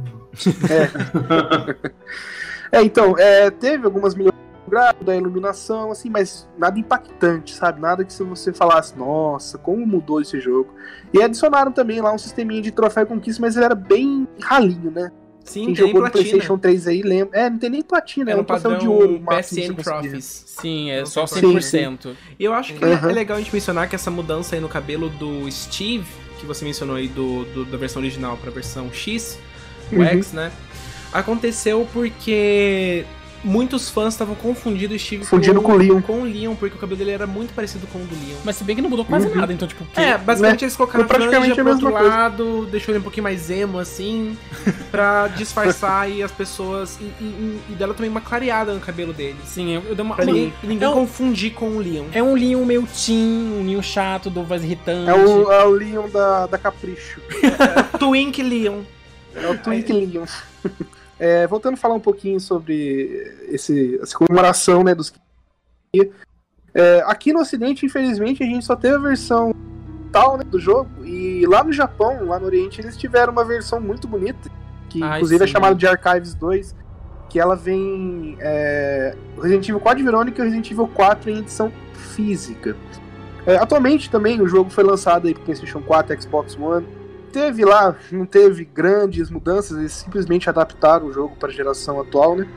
Então, teve algumas melhorias da iluminação, assim, mas nada impactante, sabe? Nada que se você falasse, nossa, como mudou esse jogo. E adicionaram também lá um sisteminha de troféu e conquista, mas ele era bem ralinho, né?
sim,
Quem
tem
jogou no
platina.
PlayStation 3 aí lembra. Não tem nem platina,
Era
é um troféu de ouro. máximo que
PSN
você conseguia.
Trophies.
Sim, é só
Sim,
100%.
E eu acho que
Uhum.
é legal a gente mencionar que essa mudança aí no cabelo do Steve, que você mencionou aí da versão original pra versão X, o X, né? Aconteceu porque muitos fãs estavam confundindo o Steve
Confundindo com o Leon.
com o Leon, porque o cabelo dele era muito parecido com o do Leon.
Mas se bem que não mudou quase nada, então tipo...
Basicamente eles colocaram
Foi
a
praticamente
franja
a
pro
mesma
outro
coisa.
lado, deixou ele um pouquinho mais emo, assim, pra disfarçar e as pessoas... E dela também uma clareada no cabelo dele.
Sim, eu dei uma...
Pra ninguém
é um-
confundir com o Leon.
É um Leon meio teen, um Leon chato, do voz irritante.
É o Leon da Capricho.
Twink Leon.
É o Twink Leon. Voltando a falar um pouquinho sobre essa comemoração, né, dos 15. Aqui no Ocidente, infelizmente, a gente só teve a versão tal, né, do jogo. E lá no Japão, lá no Oriente, eles tiveram uma versão muito bonita, que inclusive é
sim.
chamada de Archives 2, que ela vem Resident Evil Code Verônica e Resident Evil 4 em edição física. Atualmente também o jogo foi lançado aí para PlayStation 4 e Xbox One. Não teve grandes mudanças, eles simplesmente adaptaram o jogo para a geração atual, né?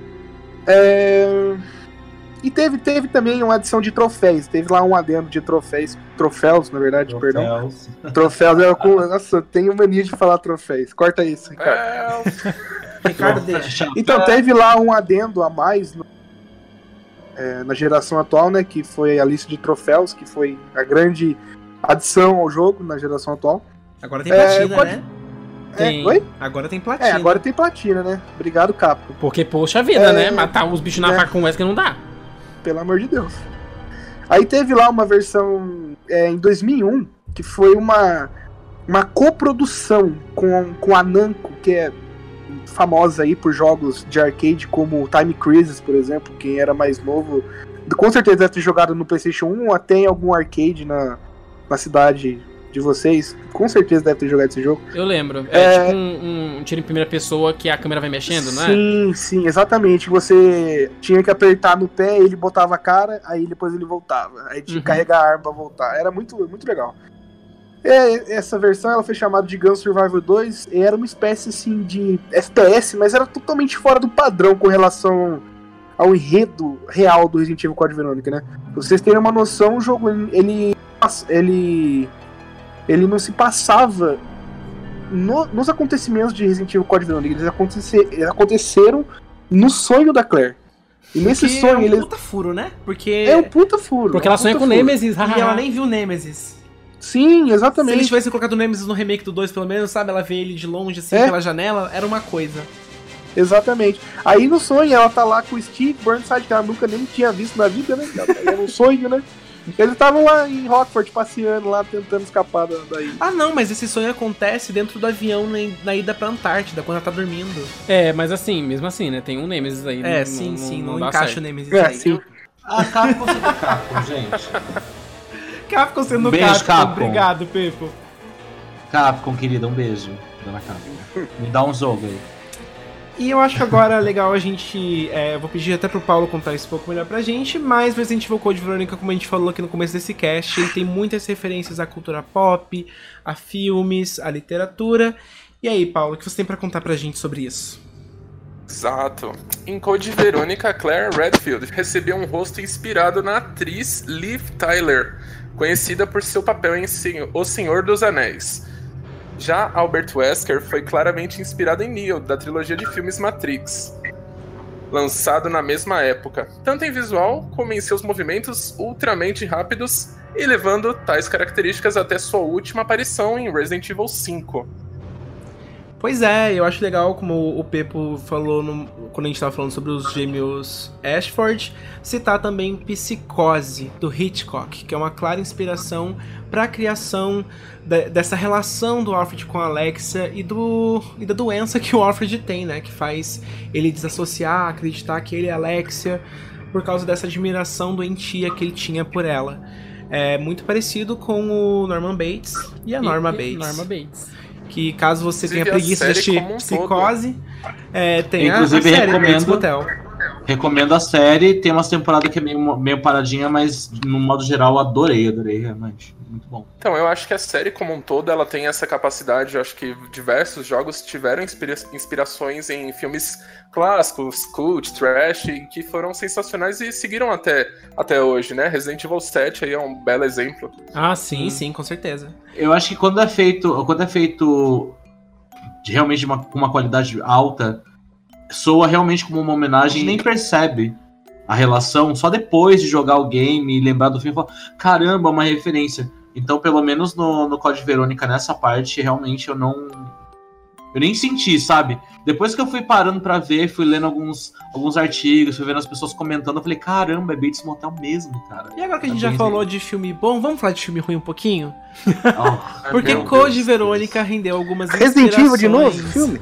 E teve também uma adição de troféus, teve lá um adendo de troféus, na verdade, perdão. Troféus, nossa, eu tenho mania de falar troféus, corta isso, Ricardo.
Ricardo deixa.
Então, teve lá um adendo a mais na geração atual, né, que foi a lista de troféus, que foi a grande adição ao jogo na geração atual.
Agora tem platina, né?
Tem.
Oi?
Agora tem platina.
Agora tem platina, né? Obrigado, Capcom.
Porque, poxa vida, né? Matar os bichos na faca com Wesker não dá.
Pelo amor de Deus. Aí teve lá uma versão em 2001, que foi uma coprodução com a Namco, que é famosa aí por jogos de arcade como Time Crisis, por exemplo. Quem era mais novo, com certeza deve ter jogado no PlayStation 1 ou até em algum arcade na cidade de vocês, com certeza deve ter jogado esse jogo.
Eu lembro. Tipo um tiro em primeira pessoa que a câmera vai mexendo, não é?
Sim, exatamente. Você tinha que apertar no pé, ele botava a cara, aí depois ele voltava. Aí tinha que carregar a arma pra voltar. Era muito, muito legal. Essa versão ela foi chamada de Gun Survivor 2 e era uma espécie assim de FPS, mas era totalmente fora do padrão com relação ao enredo real do Resident Evil Code Verônica, né? Pra vocês terem uma noção, o jogo ele não se passava nos acontecimentos de Resident Evil Code Verônica, eles aconteceram no sonho da Claire. E nesse sonho
é um puta furo, né? Porque
é um puta furo.
Porque ela sonha com o Nemesis,
e ela nem viu o Nemesis.
Sim,
Se
exatamente.
eles tivessem colocado o Nemesis no remake do 2, pelo menos, sabe? Ela vê ele de longe, assim, pela janela, era uma coisa.
Exatamente. Aí no sonho ela tá lá com o Steve Burnside, que ela nunca nem tinha visto na vida, né? Era um sonho, né? Eles estavam lá em Rockford passeando lá, tentando escapar daí.
Ah, não, mas esse sonho acontece dentro do avião na ida pra Antártida, quando ela tá dormindo.
Mas assim, mesmo assim, né? Tem um Nemesis aí.
Não
dá
encaixa
certo.
o Nemesis aí.
Sim.
A Capcom sendo Capcom, gente.
Capcom sendo
Beijo, Capcom.
Obrigado, Pepo.
Capcom, querida, um beijo. Dona Capcom. Me dá um jogo aí.
E eu acho que agora é legal a gente... eu vou pedir até pro Paulo contar isso um pouco melhor pra gente, mas Resident Evil Code Veronica, como a gente falou aqui no começo desse cast, ele tem muitas referências à cultura pop, a filmes, à literatura. E aí, Paulo, o que você tem pra contar pra gente sobre isso?
Exato. Em Code Veronica, Claire Redfield recebeu um rosto inspirado na atriz Liv Tyler, conhecida por seu papel em O Senhor dos Anéis. Já Albert Wesker foi claramente inspirado em Neo, da trilogia de filmes Matrix, lançado na mesma época, tanto em visual como em seus movimentos ultramente rápidos e levando tais características até sua última aparição em Resident Evil 5.
Pois é, eu acho legal, como o Pepo falou quando a gente tava falando sobre os gêmeos Ashford, citar também Psicose, do Hitchcock, que é uma clara inspiração para a criação dessa relação do Alfred com a Alexia e da doença que o Alfred tem, né? Que faz ele desassociar, acreditar que ele é Alexia, por causa dessa admiração doentia que ele tinha por ela. É muito parecido com o Norman Bates e a Norma Bates. Que caso você tenha preguiça de assistir Psicose, tem
inclusive,
a série Bates Motel.
Recomendo a série, tem umas temporadas que é meio paradinha, mas no modo geral adorei realmente, muito bom.
Então, eu acho que a série como um todo, ela tem essa capacidade, eu acho que diversos jogos tiveram inspirações em filmes clássicos, cult, trash, que foram sensacionais e seguiram até hoje, né? Resident Evil 7 aí é um belo exemplo.
Ah, sim, com certeza.
Eu acho que quando é feito realmente com uma qualidade alta, soa realmente como uma homenagem e nem percebe a relação só depois de jogar o game e lembrar do filme e falar, caramba, uma referência. Então, pelo menos no Code Veronica, nessa parte, realmente eu nem senti, sabe? Depois que eu fui parando pra ver, fui lendo alguns artigos, fui vendo as pessoas comentando, eu falei, caramba, é Bates Motel mesmo, cara.
E agora que a gente já falou de filme bom, vamos falar de filme ruim um pouquinho?
Oh,
porque Code Veronica rendeu algumas
Resident
inspirações...
Evil de novo, filme?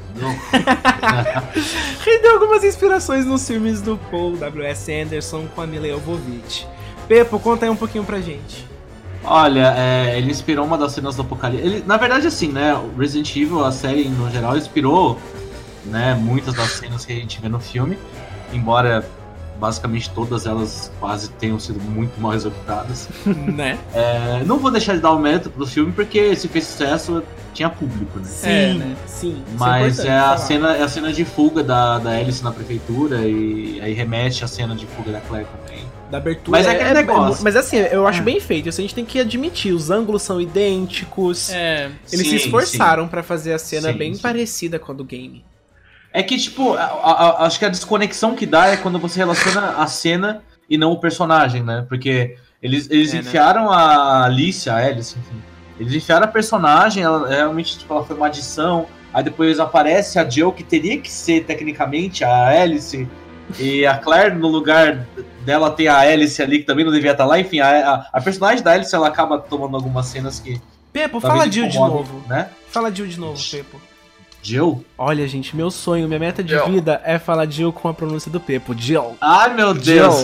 Rendeu algumas inspirações nos filmes do Paul W.S. Anderson com a Milla Jovovich. Pepo, conta aí um pouquinho pra gente.
Olha, ele inspirou uma das cenas do Apocalipse. Na verdade, assim, né, o Resident Evil, a série no geral, inspirou, né, muitas das cenas que a gente vê no filme, embora basicamente todas elas quase tenham sido muito mal executadas.
Né?
Não vou deixar de dar o mérito pro filme, porque se fez sucesso, tinha público, né?
Sim.
Mas a cena de fuga da Alice na prefeitura, e aí remete à cena de fuga da Claire também.
Da abertura.
Mas é aquele negócio.
Mas assim, eu acho bem feito. Isso a gente tem que admitir. Os ângulos são idênticos. Eles se esforçaram pra fazer a cena bem parecida com a do game.
É que, tipo, acho que a desconexão que dá é quando você relaciona a cena e não o personagem, né? Porque eles enfiaram a Alice, enfim. Eles enfiaram a personagem, ela realmente, tipo, ela foi uma adição. Aí depois aparece a Jill, que teria que ser, tecnicamente, a Alice. E a Claire, no lugar dela, tem a Alice ali, que também não devia estar lá. Enfim, a personagem da Alice, ela acaba tomando algumas cenas que...
Pepo, fala Jill de novo.
Né?
Fala Jill de novo, Pepo.
Jill?
Olha, gente, meu sonho, minha meta de vida é falar Jill com a pronúncia do Pepo. Jill.
Ai, meu Deus.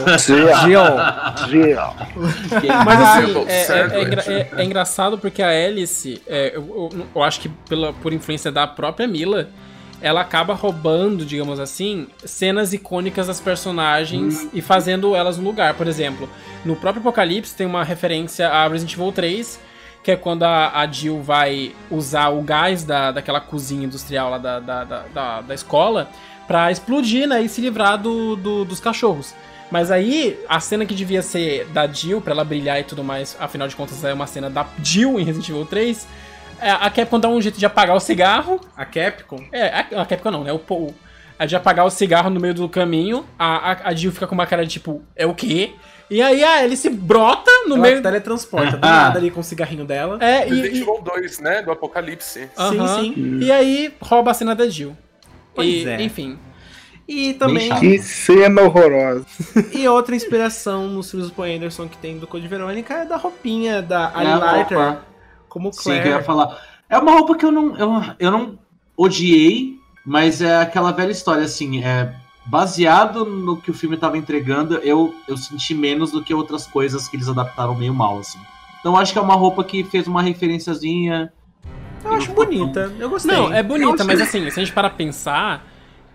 Jill.
Mas assim, é engraçado porque a Alice, eu acho que por influência da própria Milla, ela acaba roubando, digamos assim, cenas icônicas das personagens e fazendo elas no lugar. Por exemplo, no próprio Apocalipse tem uma referência a Resident Evil 3, que é quando a Jill vai usar o gás daquela cozinha industrial lá da escola pra explodir, né, e se livrar dos cachorros. Mas aí, a cena que devia ser da Jill, pra ela brilhar e tudo mais, afinal de contas é uma cena da Jill em Resident Evil 3, a Capcom dá um jeito de apagar o cigarro.
A Capcom?
A Capcom não, né? O Paul. De apagar o cigarro no meio do caminho. A Jill fica com uma cara de tipo, é o quê? E aí ele se brota no meio...
Ela teletransporta do nada ali com o cigarrinho dela.
Resident Evil 2, né? Do Apocalipse.
Sim. E aí rouba a cena da Jill.
Pois é.
Enfim.
E também...
Que cena horrorosa.
E outra inspiração nos filmes do Paul Anderson que tem do Code Veronica é da roupinha da Ali Larter. Como Claire.
Sim, que eu ia falar. É uma roupa que eu não odiei, mas é aquela velha história, assim, baseado no que o filme estava entregando, eu senti menos do que outras coisas que eles adaptaram meio mal, assim. Então acho que é uma roupa que fez uma referenciazinha.
Eu acho bonita, eu gostei.
Não, é bonita, mas assim, se a gente parar pra pensar,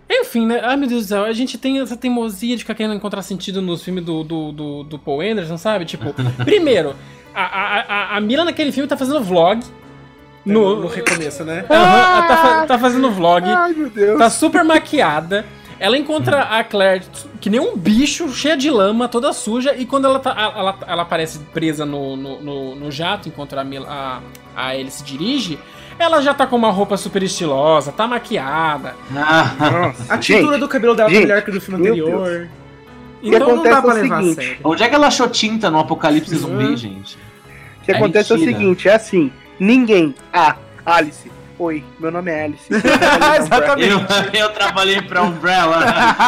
Enfim, né? Ai, meu Deus do céu, a gente tem essa teimosia de ficar querendo encontrar sentido nos filmes do Paul Anderson, sabe? Tipo, primeiro, a Mila naquele filme tá fazendo vlog.
No recomeço, né?
Tá fazendo vlog.
Ai, meu Deus.
Tá super maquiada. Ela encontra a Claire que nem um bicho, cheia de lama, toda suja. E quando ela aparece presa no jato, enquanto a Alice dirige, ela já tá com uma roupa super estilosa, tá maquiada.
A tintura do cabelo dela tá melhor que do filme anterior. Então não dá pra levar a sério.
Onde é que ela achou tinta no Apocalipse Zumbi, gente?
O que acontece é o seguinte, é assim, ninguém... Alice. Oi, meu nome é Alice.
Eu trabalhei pra Umbrella.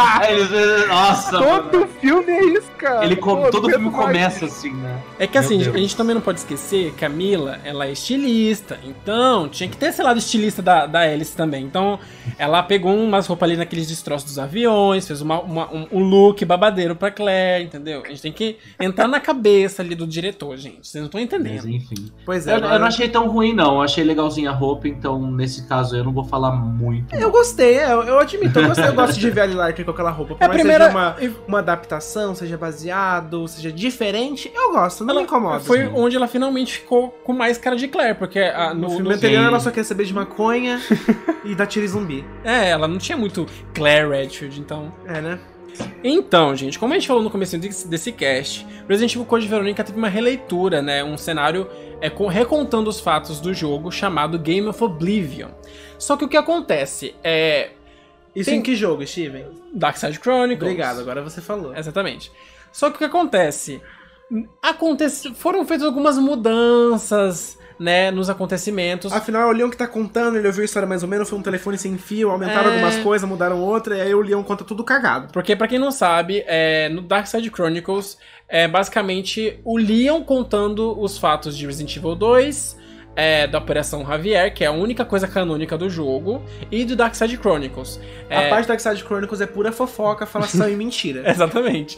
Nossa,
todo filme é isso, cara.
Todo filme começa assim, né?
É que assim, a gente também não pode esquecer que a Mila, ela é estilista. Então, tinha que ter esse lado estilista da Alice também. Então, ela pegou umas roupas ali naqueles destroços dos aviões, fez um look babadeiro pra Claire, entendeu? A gente tem que entrar na cabeça ali do diretor, gente. Vocês não estão entendendo.
Mas, enfim.
Pois é.
Eu não achei tão ruim, não. Eu achei legalzinha a roupa, então nesse caso eu não vou falar muito.
Eu gostei, eu admito. Eu gosto de ver a Larkin com aquela roupa. Por mais seja uma adaptação, seja baseado, seja diferente, eu gosto, não me incomoda.
Foi onde ela finalmente ficou com mais cara de Claire, porque
no filme anterior ela só quer saber de maconha e da tiro zumbi.
Ela não tinha muito Claire Redfield, então...
né?
Então, gente, como a gente falou no começo desse cast, Resident Evil Code Veronica teve uma releitura, né? Um cenário recontando os fatos do jogo chamado Game of Oblivion. Só que o que acontece é...
Isso em que jogo, Steven?
Darkside Chronicles.
Obrigado, agora você falou.
Exatamente. Só que o que acontece? Foram feitas algumas mudanças, né, nos acontecimentos.
Afinal, é o Leon que tá contando, ele ouviu a história mais ou menos, foi um telefone sem fio, aumentaram algumas coisas, mudaram outra, e aí o Leon conta tudo cagado.
Porque, pra quem não sabe, no Darkside Chronicles, é basicamente o Leon contando os fatos de Resident Evil 2, da Operação Javier, que é a única coisa canônica do jogo, e do Darkside Chronicles.
A parte do Darkside Chronicles é pura fofoca, falação e mentira.
Exatamente.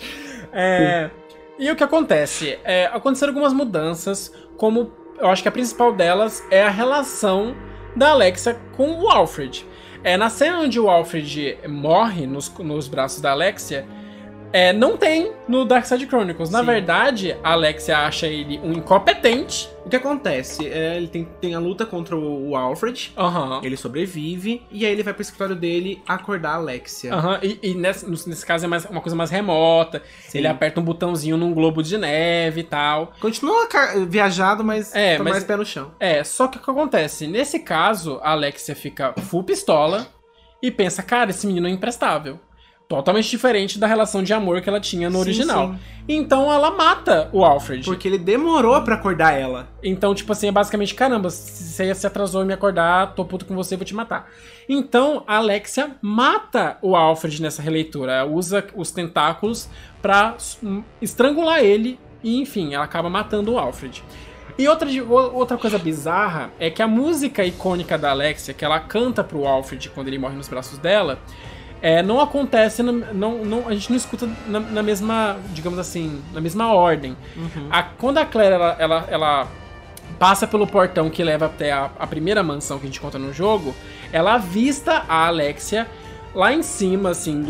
E o que acontece? Aconteceram algumas mudanças, como eu acho que a principal delas é a relação da Alexia com o Alfred. Na cena onde o Alfred morre nos braços da Alexia, não tem no Darkside Chronicles. Na verdade, a Alexia acha ele um incompetente.
O que acontece? Ele tem a luta contra o Alfred, ele sobrevive, e aí ele vai pro escritório dele acordar a Alexia.
E nesse caso é uma coisa mais remota. Sim. Ele aperta um botãozinho num globo de neve e tal.
Continua viajado, mas tá mais pé no chão.
Só que o que acontece? Nesse caso, a Alexia fica full pistola e pensa, cara, esse menino é imprestável. Totalmente diferente da relação de amor que ela tinha no original. Sim. Então ela mata o Alfred.
Porque ele demorou pra acordar ela.
Então, tipo assim, é basicamente, caramba, se você se atrasou em me acordar, tô puto com você, vou te matar. Então, a Alexia mata o Alfred nessa releitura. Ela usa os tentáculos pra estrangular ele e, enfim, ela acaba matando o Alfred. E outra coisa bizarra é que a música icônica da Alexia, que ela canta pro Alfred quando ele morre nos braços dela... não acontece, a gente não escuta na mesma, digamos assim, na mesma ordem. Quando a Claire, ela passa pelo portão que leva até a primeira mansão que a gente encontra no jogo, ela avista a Alexia lá em cima, assim,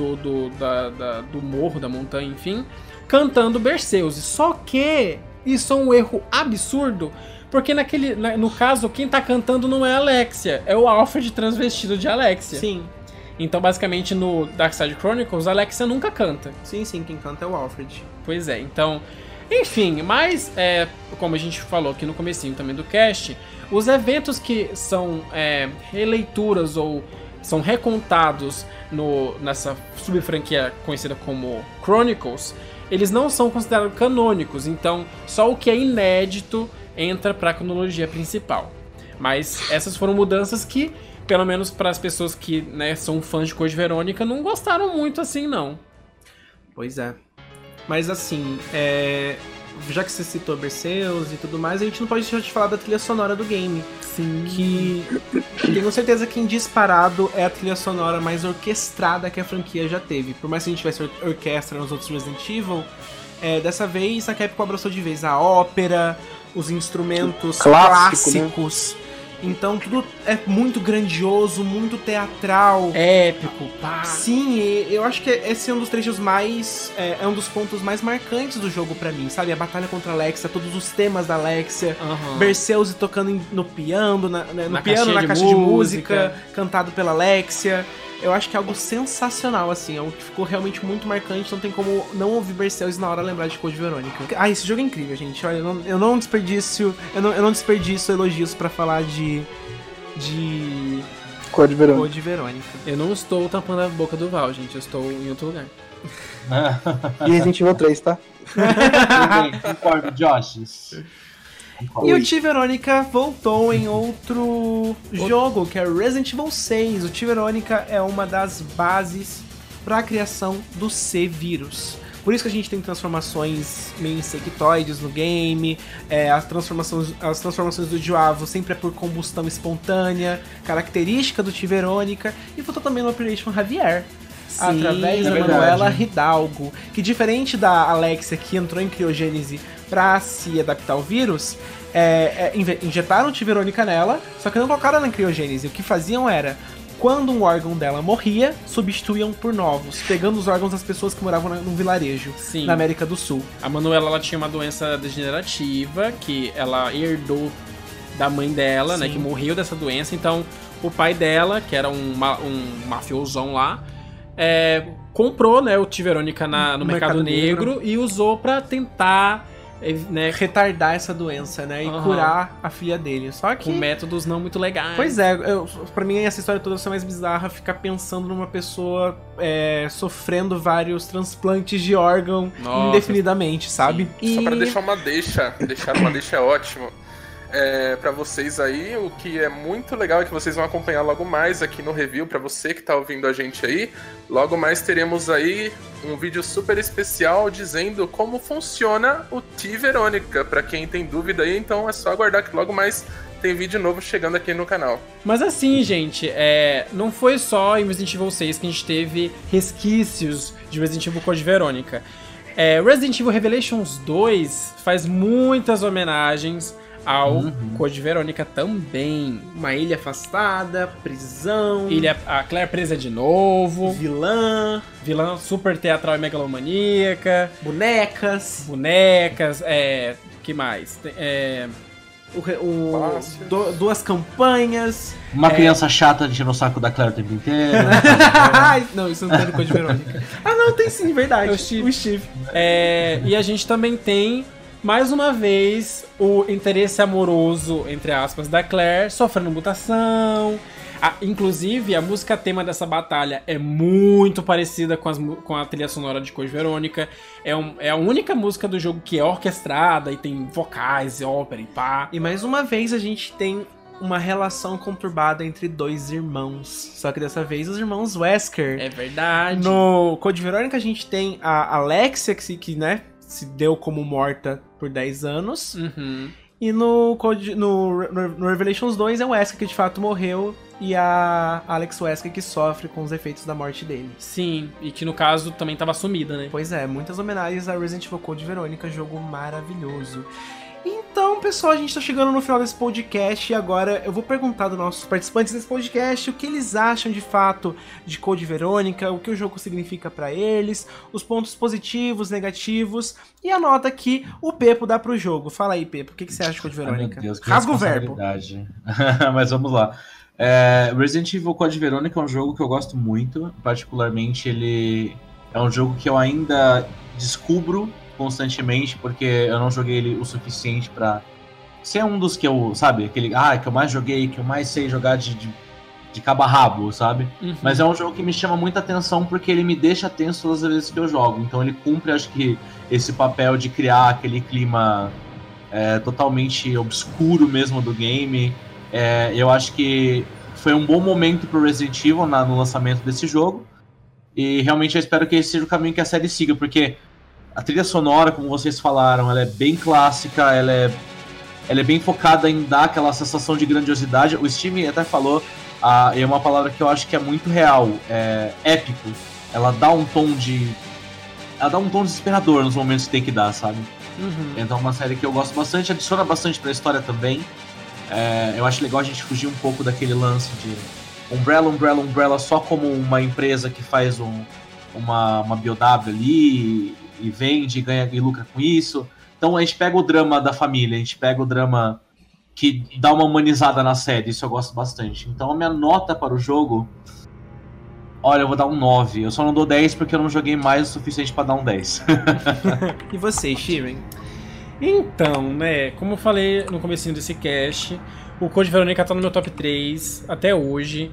do morro, da montanha, enfim, cantando Berceus. Só que isso é um erro absurdo, porque no caso, quem tá cantando não é a Alexia, é o Alfred transvestido de Alexia.
Sim.
Então, basicamente, no Darkside Chronicles, a Alexia nunca canta.
Sim, quem canta é o Alfred.
Pois é, então... Enfim, mas, como a gente falou aqui no comecinho também do cast, os eventos que são releituras ou são recontados nessa subfranquia conhecida como Chronicles, eles não são considerados canônicos, então só o que é inédito entra para a cronologia principal. Mas essas foram mudanças que... Pelo menos para as pessoas que, né, são fãs de Code Verônica, não gostaram muito assim, não.
Pois é. Mas assim, já que você citou Berceus e tudo mais, a gente não pode deixar de falar da trilha sonora do game.
Sim.
Que tenho certeza que em disparado é a trilha sonora mais orquestrada que a franquia já teve. Por mais que a gente tivesse orquestra nos outros Resident Evil, dessa vez a Capcom abraçou de vez a ópera, os instrumentos clássicos.
Né?
Então tudo é muito grandioso, muito teatral.
Épico, pá.
Sim, e eu acho que esse é um dos trechos mais... É um dos pontos mais marcantes do jogo pra mim, sabe? A batalha contra a Alexia, todos os temas da Alexia, Berceuse tocando no piano, na caixa de música, cantado pela Alexia. Eu acho que é algo sensacional, assim, é algo que ficou realmente muito marcante, não tem como não ouvir Berceuse na hora lembrar de Code Verônica. Ah, esse jogo é incrível, gente, olha, eu não desperdiço elogios pra falar de
Code
Verônica.
Eu não estou tampando a boca do Val, gente, eu estou em outro lugar.
E Resident Evil 3, tá?
Tudo bem, concordo, Josh.
E o T Verônica voltou em outro jogo, que é Resident Evil 6. O T Verônica é uma das bases para a criação do C-Vírus. Por isso que a gente tem transformações meio insectoides no game, as transformações do Joavo sempre é por combustão espontânea, característica do T Verônica, e voltou também no Operation Javier.
Sim,
através da Manuela Hidalgo, que diferente da Alexia, que entrou em criogênese pra se adaptar ao vírus, injetaram o T Verônica nela, só que não colocaram ela em criogênese. O que faziam era, quando um órgão dela morria, substituíam por novos, pegando os órgãos das pessoas que moravam num vilarejo,
Sim.
na América do Sul.
A Manuela, ela tinha uma doença degenerativa que ela herdou da mãe dela, né, que morreu dessa doença. Então, o pai dela, que era um mafiosão lá, comprou, né, o T Verônica no mercado negro e usou pra tentar, né,
retardar essa doença, né, e curar a filha dele. Só que
com métodos não muito legais.
Pois é, pra mim essa história toda é mais bizarra, ficar pensando numa pessoa sofrendo vários transplantes de órgão indefinidamente, sabe?
E... Só pra deixar uma deixa é ótimo. Pra vocês aí, o que é muito legal é que vocês vão acompanhar logo mais aqui no review. Pra você que tá ouvindo a gente aí, logo mais teremos aí um vídeo super especial dizendo como funciona o T Verônica. Pra quem tem dúvida aí, então é só aguardar que logo mais tem vídeo novo chegando aqui no canal.
Mas assim, gente, não foi só em Resident Evil 6 que a gente teve resquícios de Resident Evil Code Verônica. Resident Evil Revelations 2 faz muitas homenagens ao Code Verônica também.
Uma ilha afastada, prisão,
a Claire presa de novo,
vilã
super teatral e megalomaníaca,
bonecas,
que mais?
Duas campanhas,
uma criança chata enchendo o saco da Claire o tempo inteiro.
Não, isso não tem no Code Verônica. Não, tem sim, verdade. O Steve.
E a gente também tem, mais uma vez, o interesse amoroso, entre aspas, da Claire sofrendo mutação. Inclusive, a música tema dessa batalha é muito parecida com a trilha sonora de Code Verônica. É a única música do jogo que é orquestrada e tem vocais, ópera e pá.
E mais uma vez a gente tem uma relação conturbada entre dois irmãos. Só que dessa vez os irmãos Wesker.
É verdade.
No Code Verônica a gente tem a Alexia, que né, se deu como morta por 10 anos. E no Revelations 2 é o Wesker que de fato morreu e a Alex Wesker que sofre com os efeitos da morte dele.
Sim, e que no caso também estava sumida, né?
Pois é, muitas homenagens a Resident Evil Code Verônica, jogo maravilhoso. Então, pessoal, a gente tá chegando no final desse podcast e agora eu vou perguntar dos nossos participantes desse podcast o que eles acham de fato de Code Verônica, o que o jogo significa pra eles, os pontos positivos, negativos e a nota que o Pepo dá pro jogo. Fala aí, Pepo, o que você acha de Code Verônica?
Meu Deus, que
rasga o verbo.
Mas vamos lá. Resident Evil Code Verônica é um jogo que eu gosto muito, particularmente ele é um jogo que eu ainda descubro constantemente, porque eu não joguei ele o suficiente pra ser um dos que eu, sabe, aquele, que eu mais joguei, que eu mais sei jogar de cabo a rabo, sabe? Mas é um jogo que me chama muita atenção porque ele me deixa tenso todas as vezes que eu jogo, então ele cumpre, acho que, esse papel de criar aquele clima totalmente obscuro mesmo do game. Eu acho que foi um bom momento pro Resident Evil no lançamento desse jogo, e realmente eu espero que esse seja o caminho que a série siga, porque a trilha sonora, como vocês falaram, ela é bem clássica, ela é bem focada em dar aquela sensação de grandiosidade. O Steve até falou, é uma palavra que eu acho que é muito real, épico. Ela dá um tom desesperador nos momentos que tem que dar, sabe? Então é uma série que eu gosto bastante, adiciona bastante pra história também. Eu acho legal a gente fugir um pouco daquele lance de Umbrella só como uma empresa que faz uma BOW ali e vende, ganha e lucra com isso. Então a gente pega o drama da família, a gente pega o drama que dá uma humanizada na série, isso eu gosto bastante. Então a minha nota para o jogo, olha, eu vou dar um 9. Eu só não dou 10 porque eu não joguei mais o suficiente para dar um 10.
E você, Shiren?
Então, né, como eu falei no comecinho desse cast, o Code Veronica tá no meu top 3 até hoje.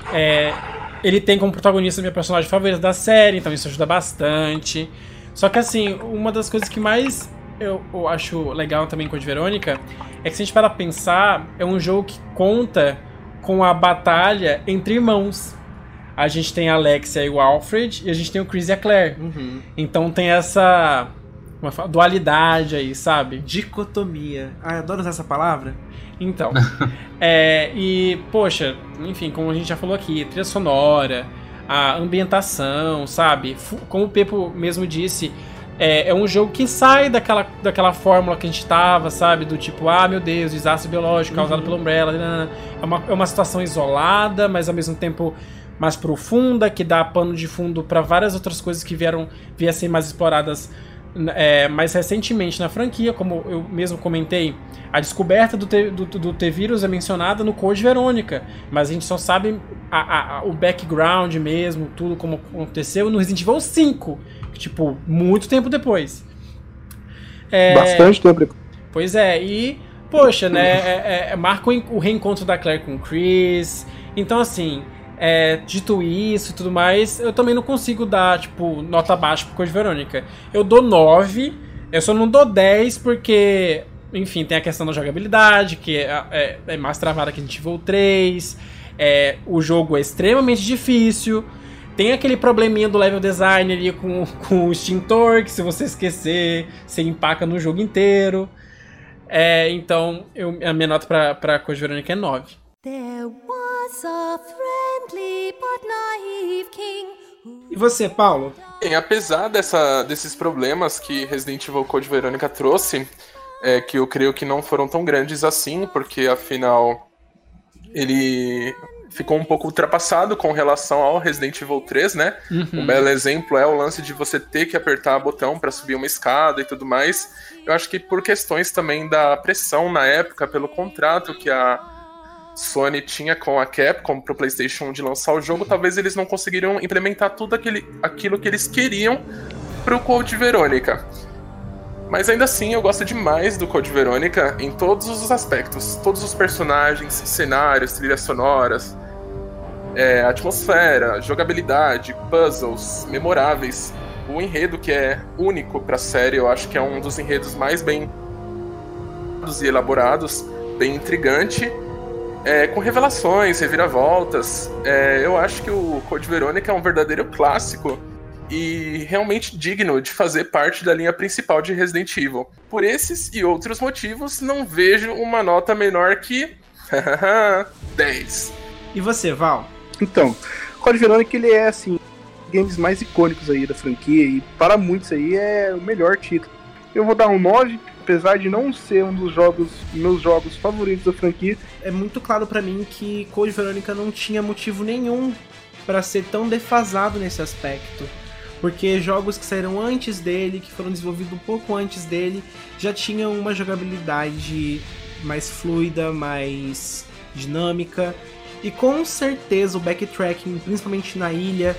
Ele tem como protagonista minha personagem favorita da série, então isso ajuda bastante. Só que assim, uma das coisas que mais eu acho legal também em Code Veronica é que, se a gente parar pra pensar, é um jogo que conta com a batalha entre irmãos. A gente tem a Alexia e o Alfred, e a gente tem o Chris e a Claire.
Uhum.
Então tem essa dualidade aí, sabe?
Dicotomia. Ah, eu adoro usar essa palavra.
Então, e, poxa, enfim, como a gente já falou aqui, trilha sonora, a ambientação, sabe? Como o Pepo mesmo disse, é um jogo que sai daquela fórmula que a gente tava, sabe? Do tipo, meu Deus, desastre biológico causado pela Umbrella. É uma situação isolada, mas ao mesmo tempo mais profunda, que dá pano de fundo para várias outras coisas que viessem mais exploradas mais recentemente na franquia. Como eu mesmo comentei, a descoberta do T-Virus é mencionada no Code Veronica, mas a gente só sabe o background mesmo, tudo como aconteceu no Resident Evil 5, tipo, muito tempo depois.
Bastante tempo depois.
Pois é, e, poxa, né, marca o reencontro da Claire com o Chris. Então, assim, dito isso e tudo mais, eu também não consigo dar, tipo, nota baixa pro Code Veronica. Eu dou 9, eu só não dou 10 porque, enfim, tem a questão da jogabilidade, que é mais travada que a gente Evil 3. O jogo é extremamente difícil. Tem aquele probleminha do level design ali com o extintor, que se você esquecer, você empaca no jogo inteiro. Então, a minha nota pra Code Veronica é 9.
There was a friendly but naive king.
E você, Paulo?
Bem, apesar desses problemas que Resident Evil Code Veronica trouxe, que eu creio que não foram tão grandes assim, porque afinal ele ficou um pouco ultrapassado com relação ao Resident Evil 3, né?
Uhum.
Um belo exemplo é o lance de você ter que apertar botão para subir uma escada e tudo mais. Eu acho que por questões também da pressão na época, pelo contrato que a Sony tinha com a Capcom pro PlayStation 1 de lançar o jogo, talvez eles não conseguiriam implementar tudo aquilo que eles queriam pro Code Veronica. Mas ainda assim, eu gosto demais do Code Veronica em todos os aspectos. Todos os personagens, cenários, trilhas sonoras, atmosfera, jogabilidade, puzzles memoráveis. O enredo, que é único pra série, eu acho que é um dos enredos mais bem e elaborados, bem intrigante, com revelações, reviravoltas. Eu acho que o Code Veronica é um verdadeiro clássico e realmente digno de fazer parte da linha principal de Resident Evil. Por esses e outros motivos, não vejo uma nota menor que 10.
E você, Val?
Então, Code Veronica, ele é, assim, games mais icônicos aí da franquia, e para muitos aí é o melhor título. Eu vou dar um 9, apesar de não ser um dos meus jogos favoritos da franquia.
É muito claro pra mim que Code Veronica não tinha motivo nenhum pra ser tão defasado nesse aspecto. Porque jogos que saíram antes dele, que foram desenvolvidos um pouco antes dele, já tinham uma jogabilidade mais fluida, mais dinâmica. E com certeza o backtracking, principalmente na ilha,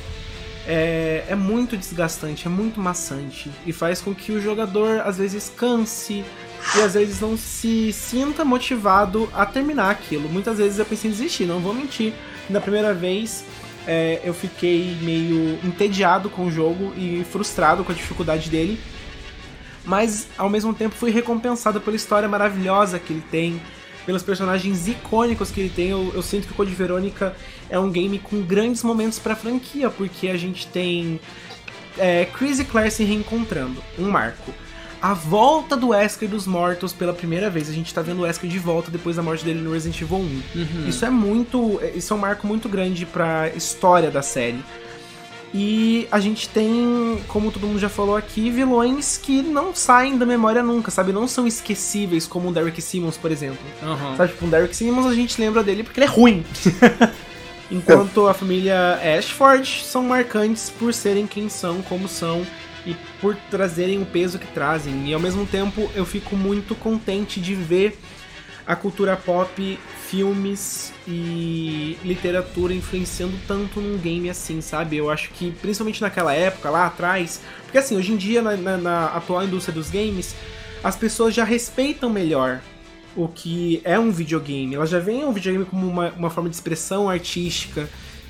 é muito desgastante, é muito maçante. E faz com que o jogador às vezes canse e às vezes não se sinta motivado a terminar aquilo. Muitas vezes eu pensei em desistir, não vou mentir. Na primeira vez eu fiquei meio entediado com o jogo e frustrado com a dificuldade dele, mas ao mesmo tempo fui recompensado pela história maravilhosa que ele tem, pelos personagens icônicos que ele tem. Eu sinto que o Code Veronica é um game com grandes momentos pra franquia, porque a gente tem Chris e Claire se reencontrando, um marco. A volta do Wesker dos mortos pela primeira vez. A gente tá vendo o Wesker de volta depois da morte dele no Resident Evil 1. Uhum. Isso é um marco muito grande pra história da série. E a gente tem, como todo mundo já falou aqui, vilões que não saem da memória nunca, sabe? Não são esquecíveis, como o Derek Simmons, por exemplo. Sabe, tipo, o Derek Simmons a gente lembra dele porque ele é ruim. Enquanto a família Ashford são marcantes por serem quem são, como são, e por trazerem o peso que trazem. E ao mesmo tempo eu fico muito contente de ver a cultura pop, filmes e literatura influenciando tanto num game assim, sabe? Eu acho que, principalmente naquela época, lá atrás... Porque assim, hoje em dia, na atual indústria dos games, as pessoas já respeitam melhor o que é um videogame. Elas já veem um videogame como uma forma de expressão artística,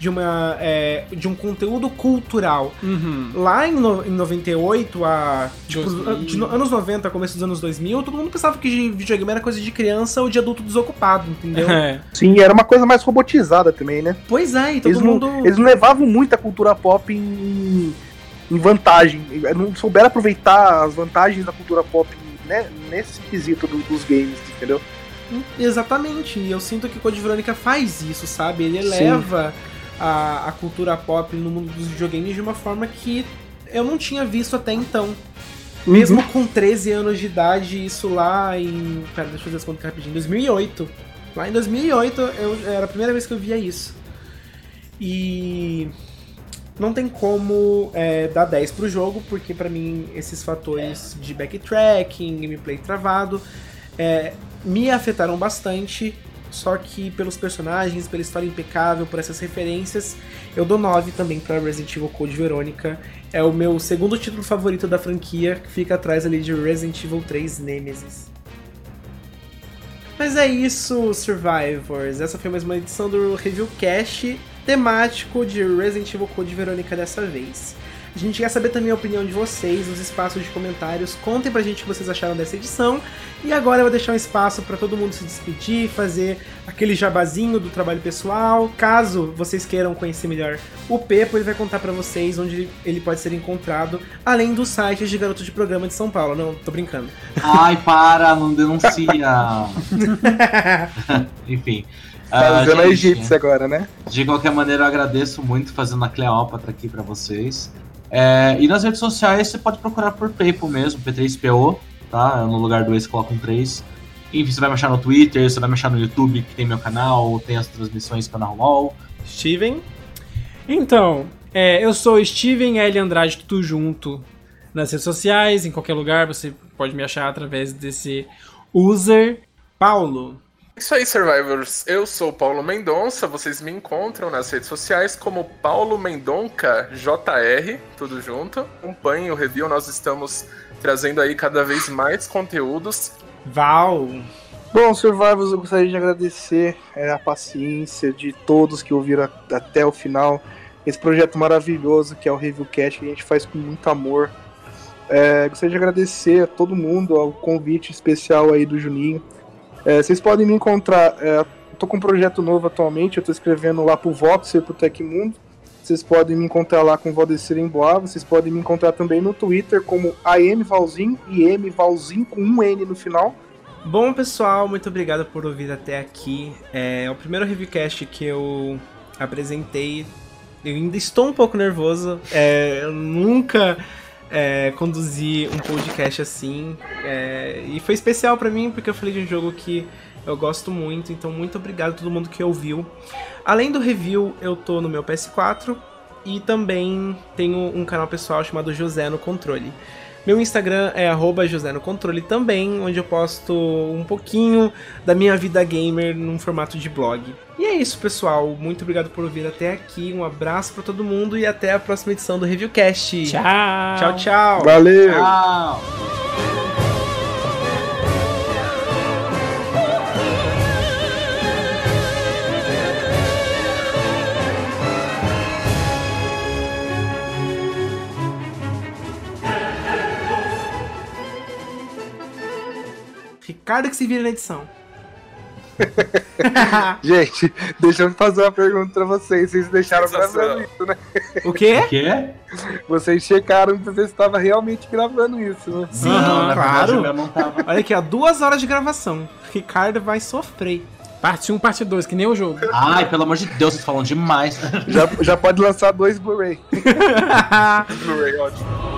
de um conteúdo cultural. Lá em 98, anos 90, começo dos anos 2000, todo mundo pensava que videogame era coisa de criança ou de adulto desocupado, entendeu?
Sim, era uma coisa mais robotizada também, né?
Pois é, e
eles não levavam muito a cultura pop em vantagem. Não souberam aproveitar as vantagens da cultura pop, né, nesse quesito dos games, entendeu?
Exatamente, e eu sinto que Code Veronica faz isso, sabe? Ele eleva a cultura pop no mundo dos videogames de uma forma que eu não tinha visto até então. Mesmo com 13 anos de idade, isso lá em... Pera, deixa eu fazer as contas rapidinho. 2008. Lá em 2008 era a primeira vez que eu via isso. E... não tem como dar 10 pro jogo, porque pra mim esses fatores de backtracking, gameplay travado, me afetaram bastante, só que pelos personagens, pela história impecável, por essas referências, eu dou 9 também pra Resident Evil Code Veronica. É o meu segundo título favorito da franquia, que fica atrás ali de Resident Evil 3 Nemesis. Mas é isso, Survivors. Essa foi mais uma edição do Reviewcast temático de Resident Evil Code Veronica dessa vez. A gente quer saber também a opinião de vocês nos espaços de comentários. Contem pra gente o que vocês acharam dessa edição. E agora eu vou deixar um espaço pra todo mundo se despedir, fazer aquele jabazinho do trabalho pessoal. Caso vocês queiram conhecer melhor o Pepo, ele vai contar pra vocês onde ele pode ser encontrado, além dos sites de garoto de programa de São Paulo. Não, tô brincando.
Ai, para, não denuncia. Enfim.
Tá usando a egípcia agora, né?
De qualquer maneira, eu agradeço muito fazendo a Cleópatra aqui pra vocês. E nas redes sociais você pode procurar por PayPal mesmo, P3PO, tá? No lugar do ex coloca um 3. Enfim, você vai me achar no Twitter, você vai me achar no YouTube, que tem meu canal, tem as transmissões que eu narro LOL.
Steven?
Então, eu sou Steven L. Andrade, tudo junto nas redes sociais, em qualquer lugar, você pode me achar através desse user.
Paulo?
Isso aí, Survivors. Eu sou o Paulo Mendonça. Vocês me encontram nas redes sociais como Paulo Mendonca JR, tudo junto. Acompanhem o review, nós estamos trazendo aí cada vez mais conteúdos.
Val?
Bom, Survivors, eu gostaria de agradecer a paciência de todos que ouviram até o final esse projeto maravilhoso que é o Reviewcast, que a gente faz com muito amor. Gostaria de agradecer a todo mundo, ao convite especial aí do Juninho. Vocês podem me encontrar, eu tô com um projeto novo atualmente, eu tô escrevendo lá pro Voxer, pro Tecmundo. Vocês podem me encontrar lá com Valdecir em Boa. Vocês podem me encontrar também no Twitter como AMValzinho e MValzinho com um N no final.
Bom, pessoal, muito obrigado por ouvir até aqui. É o primeiro reviewcast que eu apresentei. Eu ainda estou um pouco nervoso. Eu nunca... conduzir um podcast assim, e foi especial pra mim porque eu falei de um jogo que eu gosto muito, então muito obrigado a todo mundo que ouviu. Além do review, eu tô no meu PS4 e também tenho um canal pessoal chamado José no Controle. Meu Instagram é @JoséNoControle também, onde eu posto um pouquinho da minha vida gamer num formato de blog. E é isso, pessoal. Muito obrigado por ouvir até aqui. Um abraço pra todo mundo e até a próxima edição do Reviewcast.
Tchau!
Tchau, tchau!
Valeu!
Tchau!
Ricardo que se vira na edição.
Gente, deixa eu fazer uma pergunta pra vocês. Vocês deixaram gravando isso, né?
O quê?
O quê?
Vocês checaram pra ver se estava realmente gravando isso, né?
Sim,
Na verdade,
claro.
eu não tava.
Olha aqui, ó, 2 horas de gravação. Ricardo vai sofrer.
Parte 1, parte 2, que nem o jogo.
Ai, pelo amor de Deus, vocês falam demais.
Já pode lançar 2 Blu-ray.
Blu-ray, ótimo.